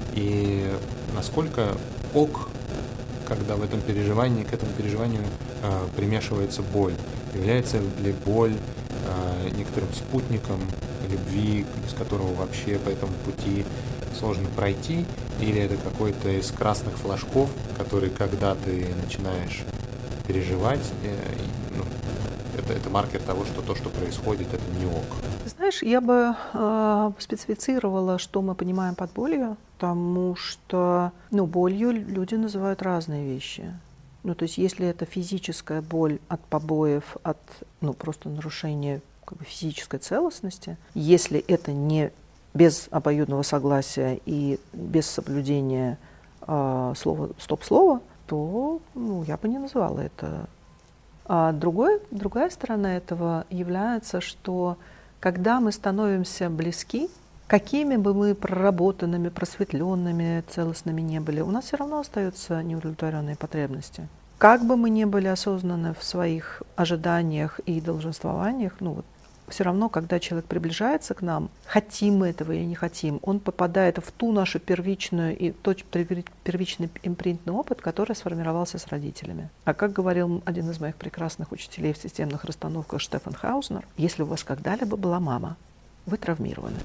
и насколько когда к этому переживанию примешивается боль. Является ли боль некоторым спутником любви, с которого вообще по этому пути сложно пройти, или это какой-то из красных флажков, который, когда ты начинаешь переживать, это маркер того, что то, что происходит, это не ок. Знаешь, я бы специфицировала, что мы понимаем под болью, потому что болью люди называют разные вещи. То есть если это физическая боль от побоев, от просто нарушения физической целостности, если это не без обоюдного согласия и без соблюдения стоп-слова, то я бы не называла это. А другая сторона этого является, что когда мы становимся близки, какими бы мы проработанными, просветленными, целостными не были, у нас все равно остаются неудовлетворенные потребности. Как бы мы ни были осознаны в своих ожиданиях и долженствованиях, все равно, когда человек приближается к нам, хотим мы этого или не хотим, он попадает в ту нашу первичный импринтный опыт, который сформировался с родителями. А как говорил один из моих прекрасных учителей в системных расстановках Штефан Хаузнер, если у вас когда-либо была мама, вы травмированы.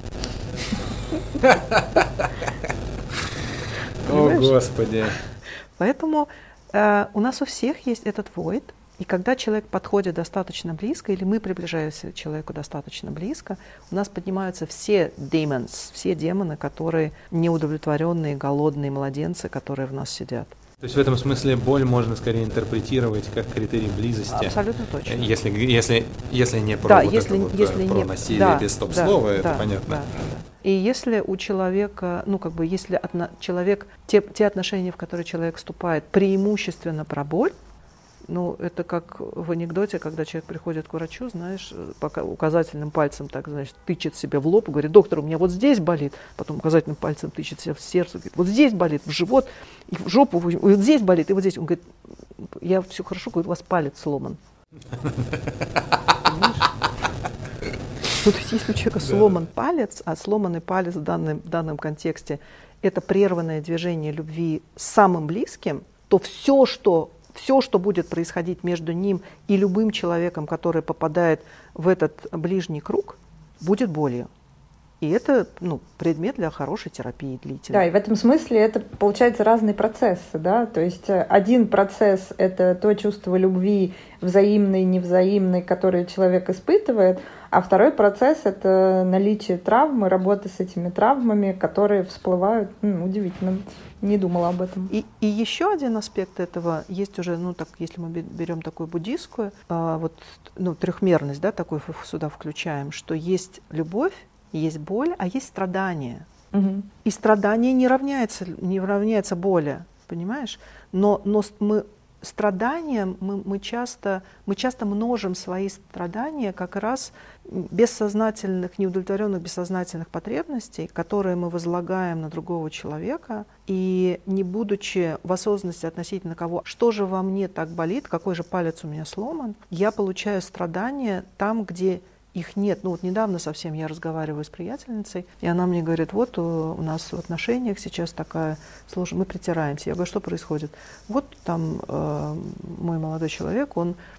О, Господи! Поэтому у нас у всех есть этот void. И когда человек подходит достаточно близко, или мы приближаемся к человеку достаточно близко, у нас поднимаются все демоны, которые неудовлетворенные, голодные младенцы, которые в нас сидят. То есть в этом смысле боль можно скорее интерпретировать как критерий близости. Абсолютно точно. Если не про про насилие без стоп-слова, это понятно. Да. И если у человека, если человек, те отношения, в которые человек вступает, преимущественно про боль, это как в анекдоте, когда человек приходит к врачу, знаешь, пока указательным пальцем тычет себе в лоб и говорит: доктор, у меня вот здесь болит, потом указательным пальцем тычет себе в сердце, говорит: вот здесь болит, в живот, и в жопу, вот здесь болит, и вот здесь. Он говорит: я все хорошо, говорит, у вас палец сломан. То есть если у человека сломан палец, а сломанный палец в данном контексте это прерванное движение любви с самым близким, то все, все, что будет происходить между ним и любым человеком, который попадает в этот ближний круг, будет болью. И это предмет для хорошей терапии длительной. Да, и в этом смысле это, получается, разные процессы, да, то есть один процесс — это то чувство любви взаимной, невзаимной, которое человек испытывает, а второй процесс — это наличие травмы, работа с этими травмами, которые всплывают. Удивительно, не думала об этом. И еще один аспект этого есть уже, если мы берем такую буддийскую, трехмерность, да, такую сюда включаем, что есть любовь, есть боль, а есть страдание. Угу. И страдание не равняется боли, понимаешь? Но мы страданием мы часто множим свои страдания как раз бессознательных, неудовлетворенных бессознательных потребностей, которые мы возлагаем на другого человека, и не будучи в осознанности относительно кого, что же во мне так болит, какой же палец у меня сломан, я получаю страдания там, где их нет. Недавно совсем я разговариваю с приятельницей, и она мне говорит, вот у нас в отношениях сейчас такая сложность, мы притираемся. Я говорю, что происходит? Вот там мой молодой человек,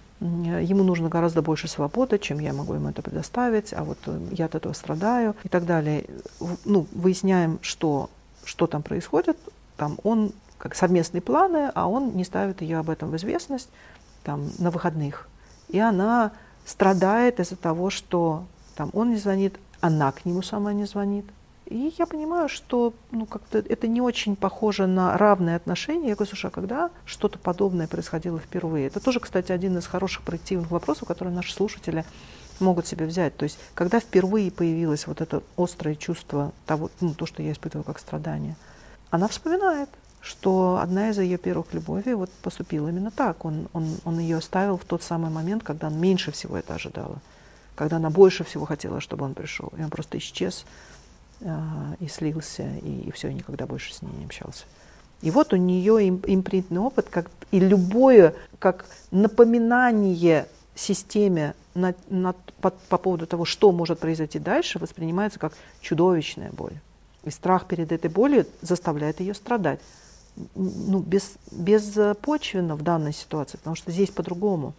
ему нужно гораздо больше свободы, чем я могу ему это предоставить, а вот я от этого страдаю и так далее. Выясняем, что там происходит. Там он как совместные планы, а он не ставит ее об этом в известность там, на выходных. И она страдает из-за того, что там он не звонит, она к нему сама не звонит. И я понимаю, что как-то это не очень похоже на равные отношения. Я говорю, слушай, а когда что-то подобное происходило впервые? Это тоже, кстати, один из хороших проективных вопросов, которые наши слушатели могут себе взять. То есть, когда впервые появилось вот это острое чувство того, то, что я испытываю как страдание, она вспоминает, что одна из ее первых любовей поступила именно так. Он ее оставил в тот самый момент, когда она меньше всего это ожидала, когда она больше всего хотела, чтобы он пришел. И он просто исчез и слился, и все, и никогда больше с ней не общался. И вот у нее импринтный опыт, и любое, как напоминание системе по поводу того, что может произойти дальше, воспринимается как чудовищная боль. И страх перед этой болью заставляет ее страдать. Беспочвенно в данной ситуации, потому что здесь по-другому.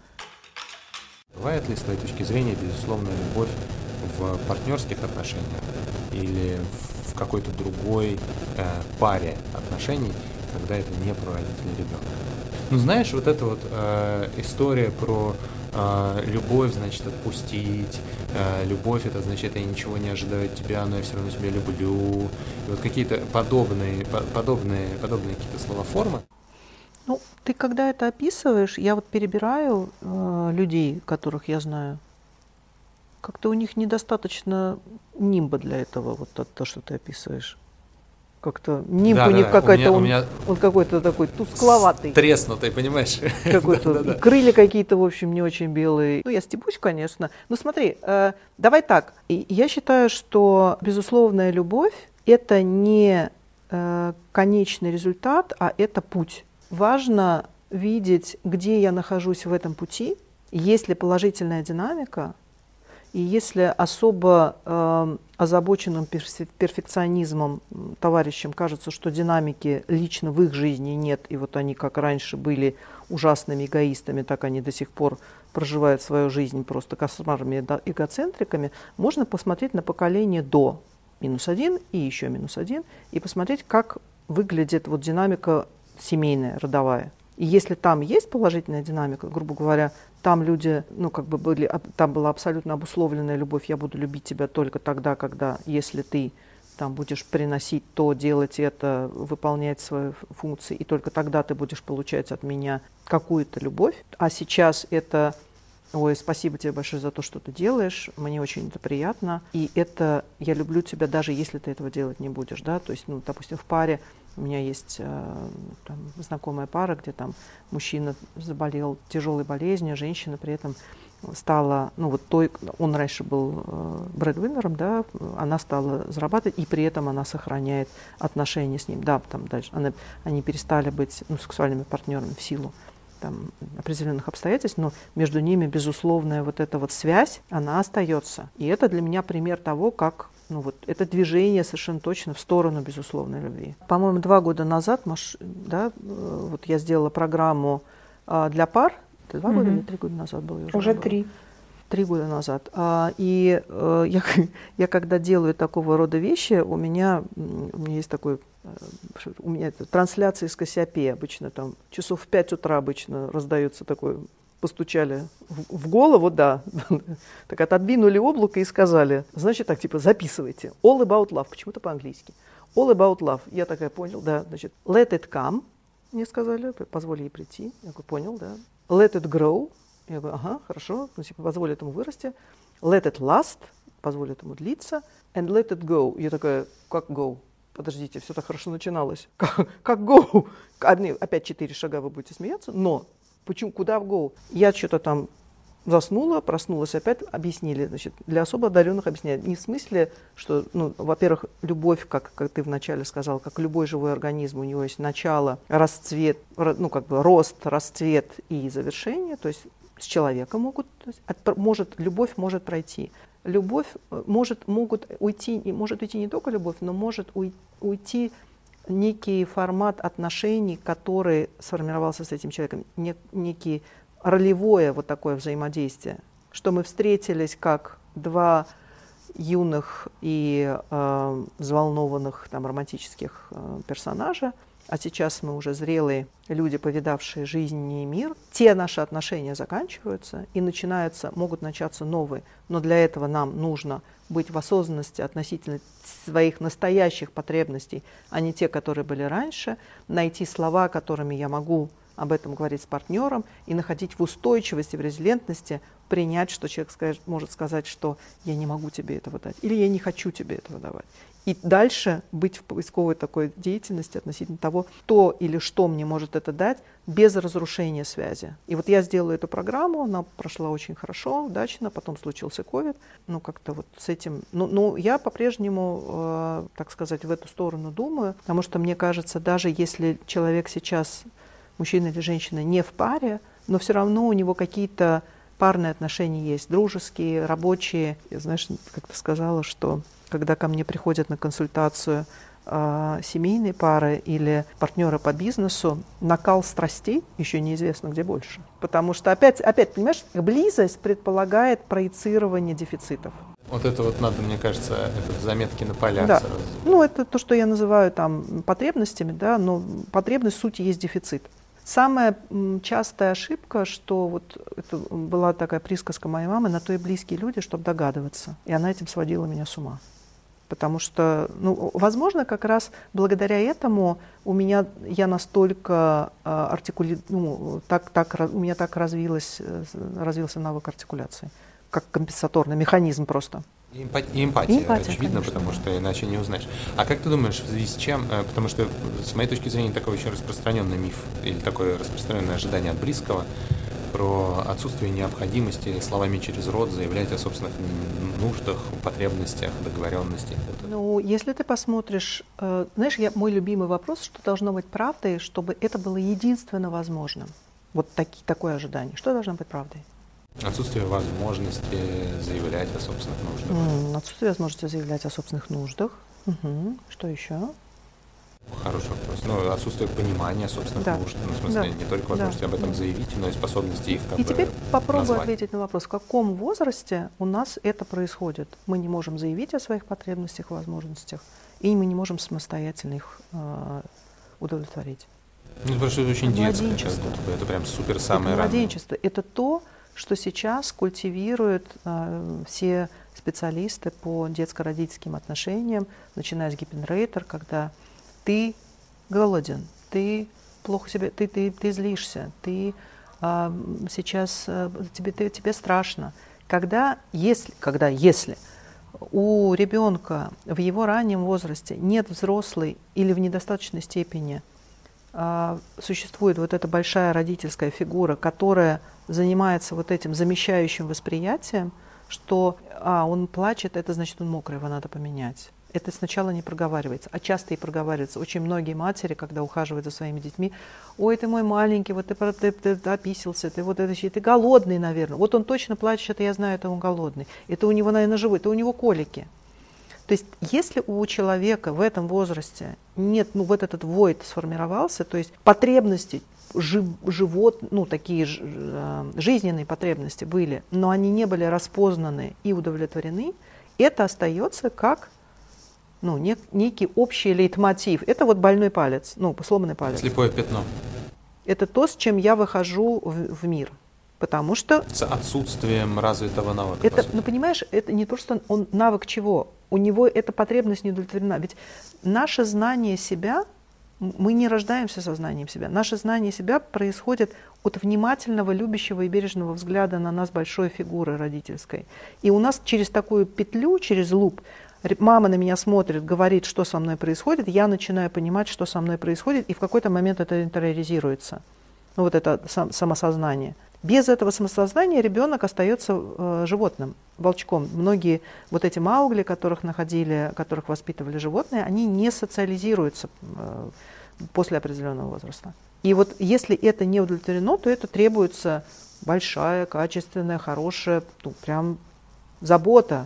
Бывает ли, с твоей точки зрения, безусловная любовь в партнерских отношениях или в какой-то другой паре отношений, когда это не про родителей ребенка? Знаешь, вот эта история про любовь, значит, отпустить, любовь, это значит, я ничего не ожидаю от тебя, но я все равно тебя люблю. И вот какие-то подобные какие-то словоформы. Ты когда это описываешь, я перебираю людей, которых я знаю. Как-то у них недостаточно нимба для этого, то, что ты описываешь. Как-то нимб у них какой-то, он какой-то такой тускловатый. Треснутый, понимаешь? Какой-то. Крылья какие-то, в общем, не очень белые. Я стебусь, конечно. Но смотри, давай так. Я считаю, что безусловная любовь — это не конечный результат, а это путь. Важно видеть, где я нахожусь в этом пути, есть ли положительная динамика, и если особо озабоченным перфекционизмом товарищам кажется, что динамики лично в их жизни нет, и они как раньше были ужасными эгоистами, так они до сих пор проживают свою жизнь просто кошмарными эгоцентриками, можно посмотреть на поколение до -1 и еще -1, и посмотреть, как выглядит динамика семейная, родовая. И если там есть положительная динамика, грубо говоря, там люди, там была абсолютно обусловленная любовь, я буду любить тебя только тогда, если ты там будешь приносить то, делать это, выполнять свои функции, и только тогда ты будешь получать от меня какую-то любовь. А сейчас это, ой, спасибо тебе большое за то, что ты делаешь, мне очень это приятно, и это я люблю тебя, даже если ты этого делать не будешь, да, то есть, допустим, в паре у меня есть знакомая пара, где там мужчина заболел тяжелой болезнью, женщина при этом стала, он раньше был брэдвиннером, да, она стала зарабатывать, и при этом она сохраняет отношения с ним, да, там дальше они перестали быть сексуальными партнерами в силу определенных обстоятельств, но между ними безусловная эта связь, она остается. И это для меня пример того, как это движение совершенно точно в сторону безусловной любви. По-моему, 2 года назад, я сделала программу для пар. Это 2 года или 3 года назад было? Уже 3. 3 года назад. И я когда делаю такого рода вещи, у меня есть такой, у меня это трансляция из Кассиопеи обычно, там часов в 5 утра обычно раздается такой, постучали в голову, да, так отодвинули облако и сказали, значит так, типа, записывайте. All about love, почему-то по-английски. All about love. Я такая, понял, да, значит, let it come, мне сказали, позволь ей прийти. Я говорю, понял, да. Let it grow. Я говорю, ага, хорошо, ну, типа, позволь этому вырасти. Let it last, позволь этому длиться. And let it go. Я такая, как go? Подождите, все так хорошо начиналось. Как go? Опять 4 шага вы будете смеяться, но почему, куда в go? Я что-то там заснула, проснулась опять, объяснили. Значит, для особо одаренных объясняют. Не в смысле, что, ну, во-первых, любовь, как ты вначале сказал, как любой живой организм, у него есть начало, расцвет, ну, как бы рост, расцвет и завершение. То есть с человека любовь может пройти. Любовь может уйти не только любовь, но может уйти некий формат отношений, который сформировался с этим человеком, некий ролевое вот такое взаимодействие, что мы встретились как 2 юных и взволнованных там, романтических персонажа, а сейчас мы уже зрелые люди, повидавшие жизнь и мир. Те наши отношения заканчиваются и могут начаться новые, но для этого нам нужно быть в осознанности относительно своих настоящих потребностей, а не те, которые были раньше, найти слова, которыми я могу об этом говорить с партнером и находить в устойчивости, в резилентности, принять, что человек может сказать, что я не могу тебе этого дать, или я не хочу тебе этого давать. И дальше быть в поисковой такой деятельности относительно того, кто или что мне может это дать без разрушения связи. И вот я сделала эту программу, она прошла очень хорошо, удачно, потом случился ковид. Ну, как-то вот с этим... Ну я по-прежнему, так сказать, в эту сторону думаю, потому что мне кажется, даже если человек сейчас, мужчина или женщина, не в паре, но все равно у него какие-то парные отношения есть, дружеские, рабочие. Я, знаешь, как-то сказала, что когда ко мне приходят на консультацию семейные пары или партнеры по бизнесу, накал страстей еще неизвестно где больше. Потому что опять, понимаешь, близость предполагает проецирование дефицитов. Вот это вот надо, мне кажется, это заметки на полях. Да. Сразу. Ну, это то, что я называю там потребностями, да, но потребность в сути есть дефицит. Самая частая ошибка, что вот это была такая присказка моей мамы, на то и близкие люди, чтобы догадываться. И она этим сводила меня с ума. Потому что, ну, возможно, как раз благодаря этому у меня я настолько у меня так развился навык артикуляции, как компенсаторный механизм просто. И эмпатия, очевидно, конечно, потому что иначе не узнаешь. А как ты думаешь, в связи с чем? Потому что, с моей точки зрения, такой очень распространенный миф или такое распространенное ожидание от близкого про отсутствие необходимости словами через рот заявлять о собственных нуждах, потребностях, договоренностях. Ну, если ты посмотришь, знаешь, мой любимый вопрос, что должно быть правдой, чтобы это было единственно возможным. Вот такое ожидание. Что должно быть правдой? Отсутствие возможности заявлять о собственных нуждах. Отсутствие возможности заявлять о собственных нуждах. Угу. Что еще? Хороший вопрос. Ну, отсутствие понимания собственных нужд. Ну, в смысле, не только возможности об этом заявить, но и способности их как бы теперь попробуй назвать. Ответить на вопрос, в каком возрасте у нас это происходит. Мы не можем заявить о своих потребностях и возможностях, и мы не можем самостоятельно их удовлетворить. Ну, потому что это очень детское, как будто бы. Это прям супер самое раннее. Младенчество. Это то, что сейчас культивируют все специалисты по детско-родительским отношениям, начиная с Гиппенрейтер, когда ты голоден, ты плохо себя, ты злишься, ты сейчас тебе страшно. Если у ребенка в его раннем возрасте нет взрослой или в недостаточной степени существует вот эта большая родительская фигура, которая занимается вот этим замещающим восприятием, что он плачет, это значит, он мокрый, его надо поменять. Это сначала не проговаривается, а часто и проговаривается. Очень многие матери, когда ухаживают за своими детьми, ой, ты мой маленький, вот ты описался, ты голодный, наверное. Вот он точно плачет, это я знаю, это он голодный. Это у него, наверное, живой, это у него колики. То есть если у человека в этом возрасте нет, вот этот void сформировался, то есть потребности такие жизненные потребности были, но они не были распознаны и удовлетворены, это остается как некий общий лейтмотив. Это вот больной палец, сломанный палец. Слепое пятно. Это то, с чем я выхожу в мир. Потому что... С отсутствием развитого навыка. Понимаешь, это не то, что он навык чего. У него эта потребность не удовлетворена. Ведь наше знание себя, мы не рождаемся со знанием себя. Наше знание себя происходит от внимательного, любящего и бережного взгляда на нас большой фигуры родительской. И у нас через такую петлю, через луп, мама на меня смотрит, говорит, что со мной происходит, я начинаю понимать, что со мной происходит, и в какой-то момент это интериоризируется. Это самосознание. Без этого самосознания ребенок остается животным, волчком. Многие эти маугли, которых воспитывали животные, они не социализируются после определенного возраста. И если это не удовлетворено, то это требуется большая, качественная, хорошая, прям забота.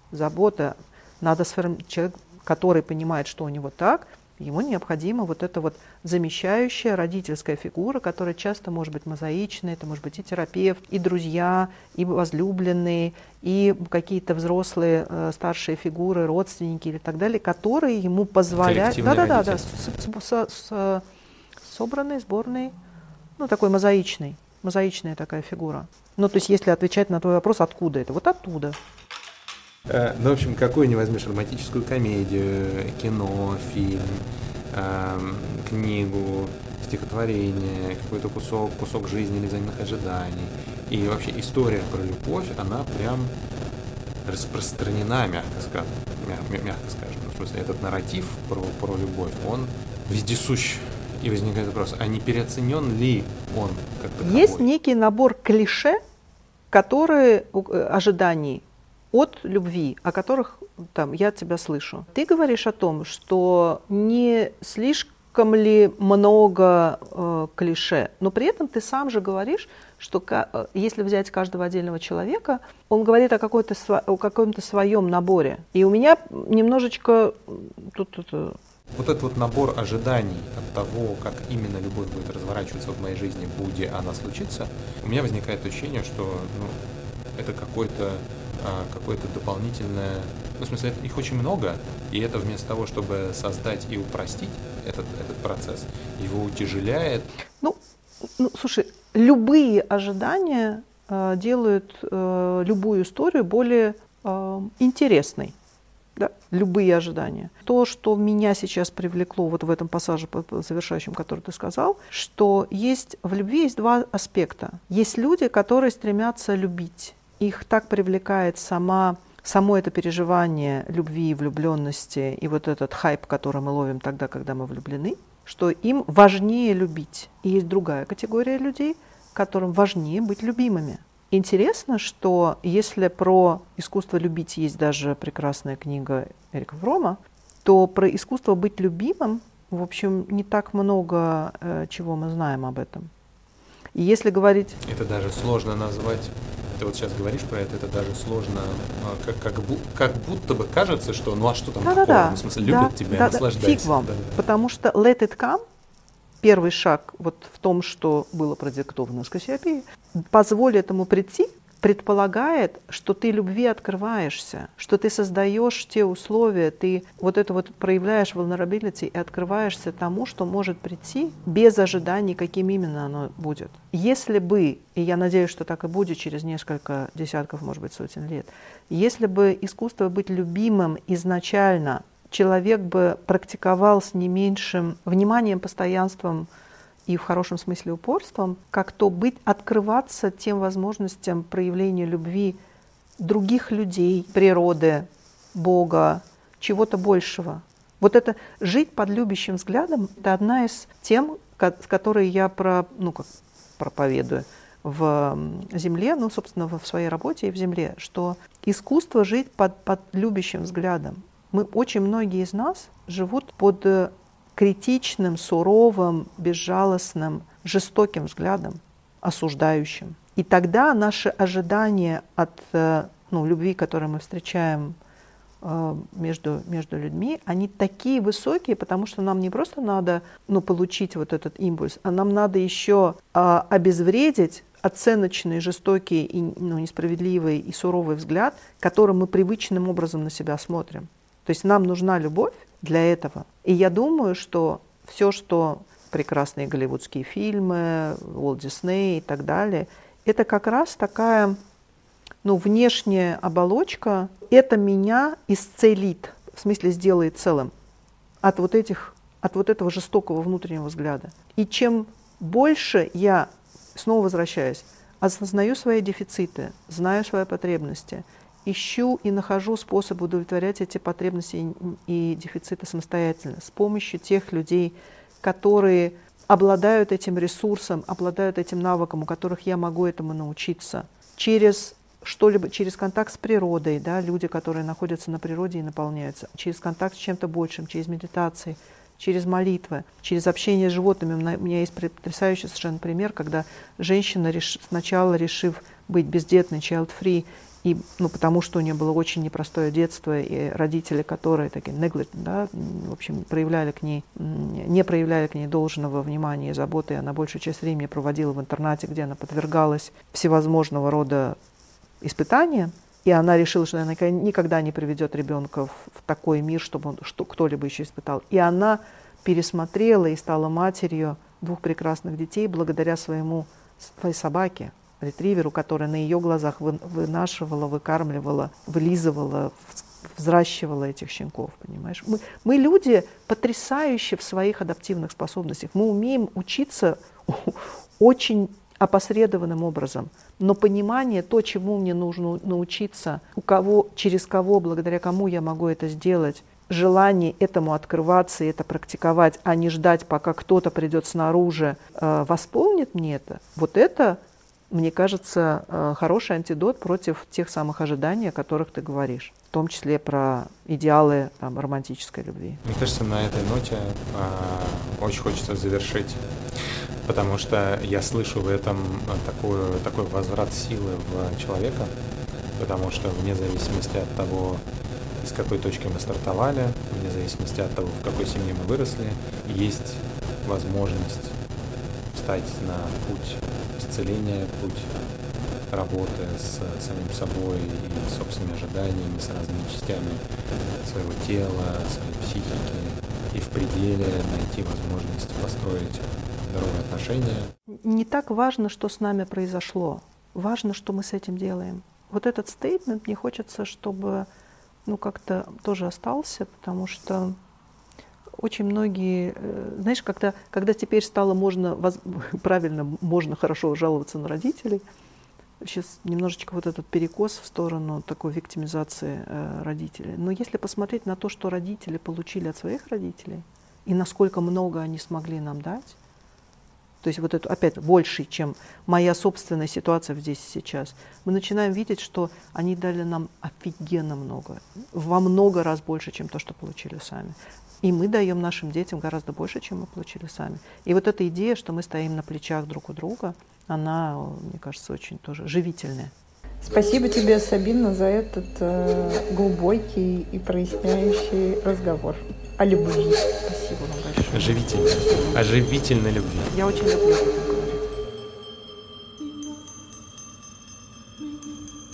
Человек, который понимает, что у него так, ему необходима эта замещающая родительская фигура, которая часто может быть мозаичной, это может быть и терапевт, и друзья, и возлюбленные, и какие-то взрослые старшие фигуры, родственники или так далее, которые ему позволяют... Собранный, сборный, такой мозаичная такая фигура. То есть если отвечать на твой вопрос, откуда это? Оттуда. В общем, какую не возьмешь, романтическую комедию, кино, фильм, книгу, стихотворение, какой-то кусок жизни или взаимных ожиданий. И вообще история про любовь, она прям распространена, мягко скажем. В смысле, этот нарратив про любовь, он вездесущ. И возникает вопрос, а не переоценен ли он как таковой? Есть некий набор клише, ожиданий от любви, о которых я тебя слышу. Ты говоришь о том, что не слишком ли много клише, но при этом ты сам же говоришь, что если взять каждого отдельного человека, он говорит о каком-то своем наборе. И у меня немножечко этот набор ожиданий от того, как именно любовь будет разворачиваться в моей жизни, будет она случиться, у меня возникает ощущение, что это какое-то дополнительное... В смысле, их очень много, и это вместо того, чтобы создать и упростить этот процесс, его утяжеляет. Слушай, любые ожидания делают любую историю более интересной. Да? Любые ожидания. То, что меня сейчас привлекло в этом пассаже завершающем, который ты сказал, что в любви есть два аспекта. Есть люди, которые стремятся любить. Их так привлекает само это переживание любви и влюбленности и этот хайп, который мы ловим тогда, когда мы влюблены, что им важнее любить. И есть другая категория людей, которым важнее быть любимыми. Интересно, что если про искусство любить есть даже прекрасная книга Эрика Фрома, то про искусство быть любимым, в общем, не так много чего мы знаем об этом. И если говорить... Это даже сложно назвать... Ты сейчас говоришь про это даже сложно, как будто бы кажется, что а что там такого, в смысле, любят тебя, наслаждайся. Фиг вам, потому что let it come, первый шаг в том, что было продиктовано с Кассиопеей, позволь этому прийти, предполагает, что ты любви открываешься, что ты создаешь те условия, ты проявляешь vulnerability и открываешься тому, что может прийти без ожиданий, каким именно оно будет. Если бы, и я надеюсь, что так и будет через несколько десятков, может быть, сотен лет, если бы искусство быть любимым изначально человек бы практиковал с не меньшим вниманием, постоянством и в хорошем смысле упорством, как то открываться тем возможностям проявления любви других людей, природы, Бога, чего-то большего. Это жить под любящим взглядом — это одна из тем, с которой я проповедую в земле, собственно, в своей работе и в земле, что искусство жить под любящим взглядом. Очень многие из нас живут под критичным, суровым, безжалостным, жестоким взглядом, осуждающим. И тогда наши ожидания от любви, которую мы встречаем между людьми, они такие высокие, потому что нам не просто надо получить вот этот импульс, а нам надо еще обезвредить оценочный, жестокий, и, несправедливый и суровый взгляд, которым мы привычным образом на себя смотрим. То есть нам нужна любовь для этого. И я думаю, что все, что прекрасные голливудские фильмы, Уолт Дисней и так далее, это как раз такая внешняя оболочка, это меня исцелит, в смысле сделает целым от вот этого жестокого внутреннего взгляда. И чем больше я, снова возвращаюсь, осознаю свои дефициты, знаю свои потребности, ищу и нахожу способ удовлетворять эти потребности и дефициты самостоятельно, с помощью тех людей, которые обладают этим ресурсом, обладают этим навыком, у которых я могу этому научиться, через что-либо, через контакт с природой, да, люди, которые находятся на природе и наполняются, через контакт с чем-то большим, через медитации, через молитвы, через общение с животными. У меня есть потрясающий совершенно пример, когда женщина, сначала решив быть бездетной, child-free, и, потому что у нее было очень непростое детство, и родители, которые такие neglect, да, в общем, не проявляли к ней должного внимания и заботы, и она большую часть времени проводила в интернате, где она подвергалась всевозможного рода испытания, и она решила, что она никогда не приведет ребенка в такой мир, чтобы кто-либо еще испытал. И она пересмотрела и стала матерью 2 прекрасных детей благодаря своей собаке, ретриверу, которая на ее глазах вынашивала, выкармливала, вылизывала, взращивала этих щенков, понимаешь? Мы люди потрясающие в своих адаптивных способностях. Мы умеем учиться очень опосредованным образом, но понимание, то, чему мне нужно научиться, через кого, благодаря кому я могу это сделать, желание этому открываться и это практиковать, а не ждать, пока кто-то придет снаружи, восполнит мне это, вот это, мне кажется, хороший антидот против тех самых ожиданий, о которых ты говоришь, в том числе про идеалы романтической любви. Мне кажется, на этой ноте очень хочется завершить, потому что я слышу в этом такой возврат силы в человека, потому что вне зависимости от того, с какой точки мы стартовали, вне зависимости от того, в какой семье мы выросли, есть возможность встать на путь исцеления, путь работы с самим собой и собственными ожиданиями, с разными частями своего тела, своей психики, и в пределе найти возможность построить здоровые отношения. Не так важно, что с нами произошло, важно, что мы с этим делаем. Вот этот стейтмент мне хочется, чтобы как-то тоже остался, потому что очень многие, знаешь, когда теперь стало можно хорошо жаловаться на родителей, сейчас немножечко вот этот перекос в сторону такой виктимизации родителей. Но если посмотреть на то, что родители получили от своих родителей, и насколько много они смогли нам дать, то есть вот это опять больше, чем моя собственная ситуация здесь и сейчас, мы начинаем видеть, что они дали нам офигенно много, во много раз больше, чем то, что получили сами. И мы даем нашим детям гораздо больше, чем мы получили сами. И вот эта идея, что мы стоим на плечах друг у друга, она, мне кажется, очень тоже живительная. Спасибо тебе, Сабина, за этот глубокий и проясняющий разговор о любви. Спасибо вам большое. Оживительной любви. Я очень люблю это говорить.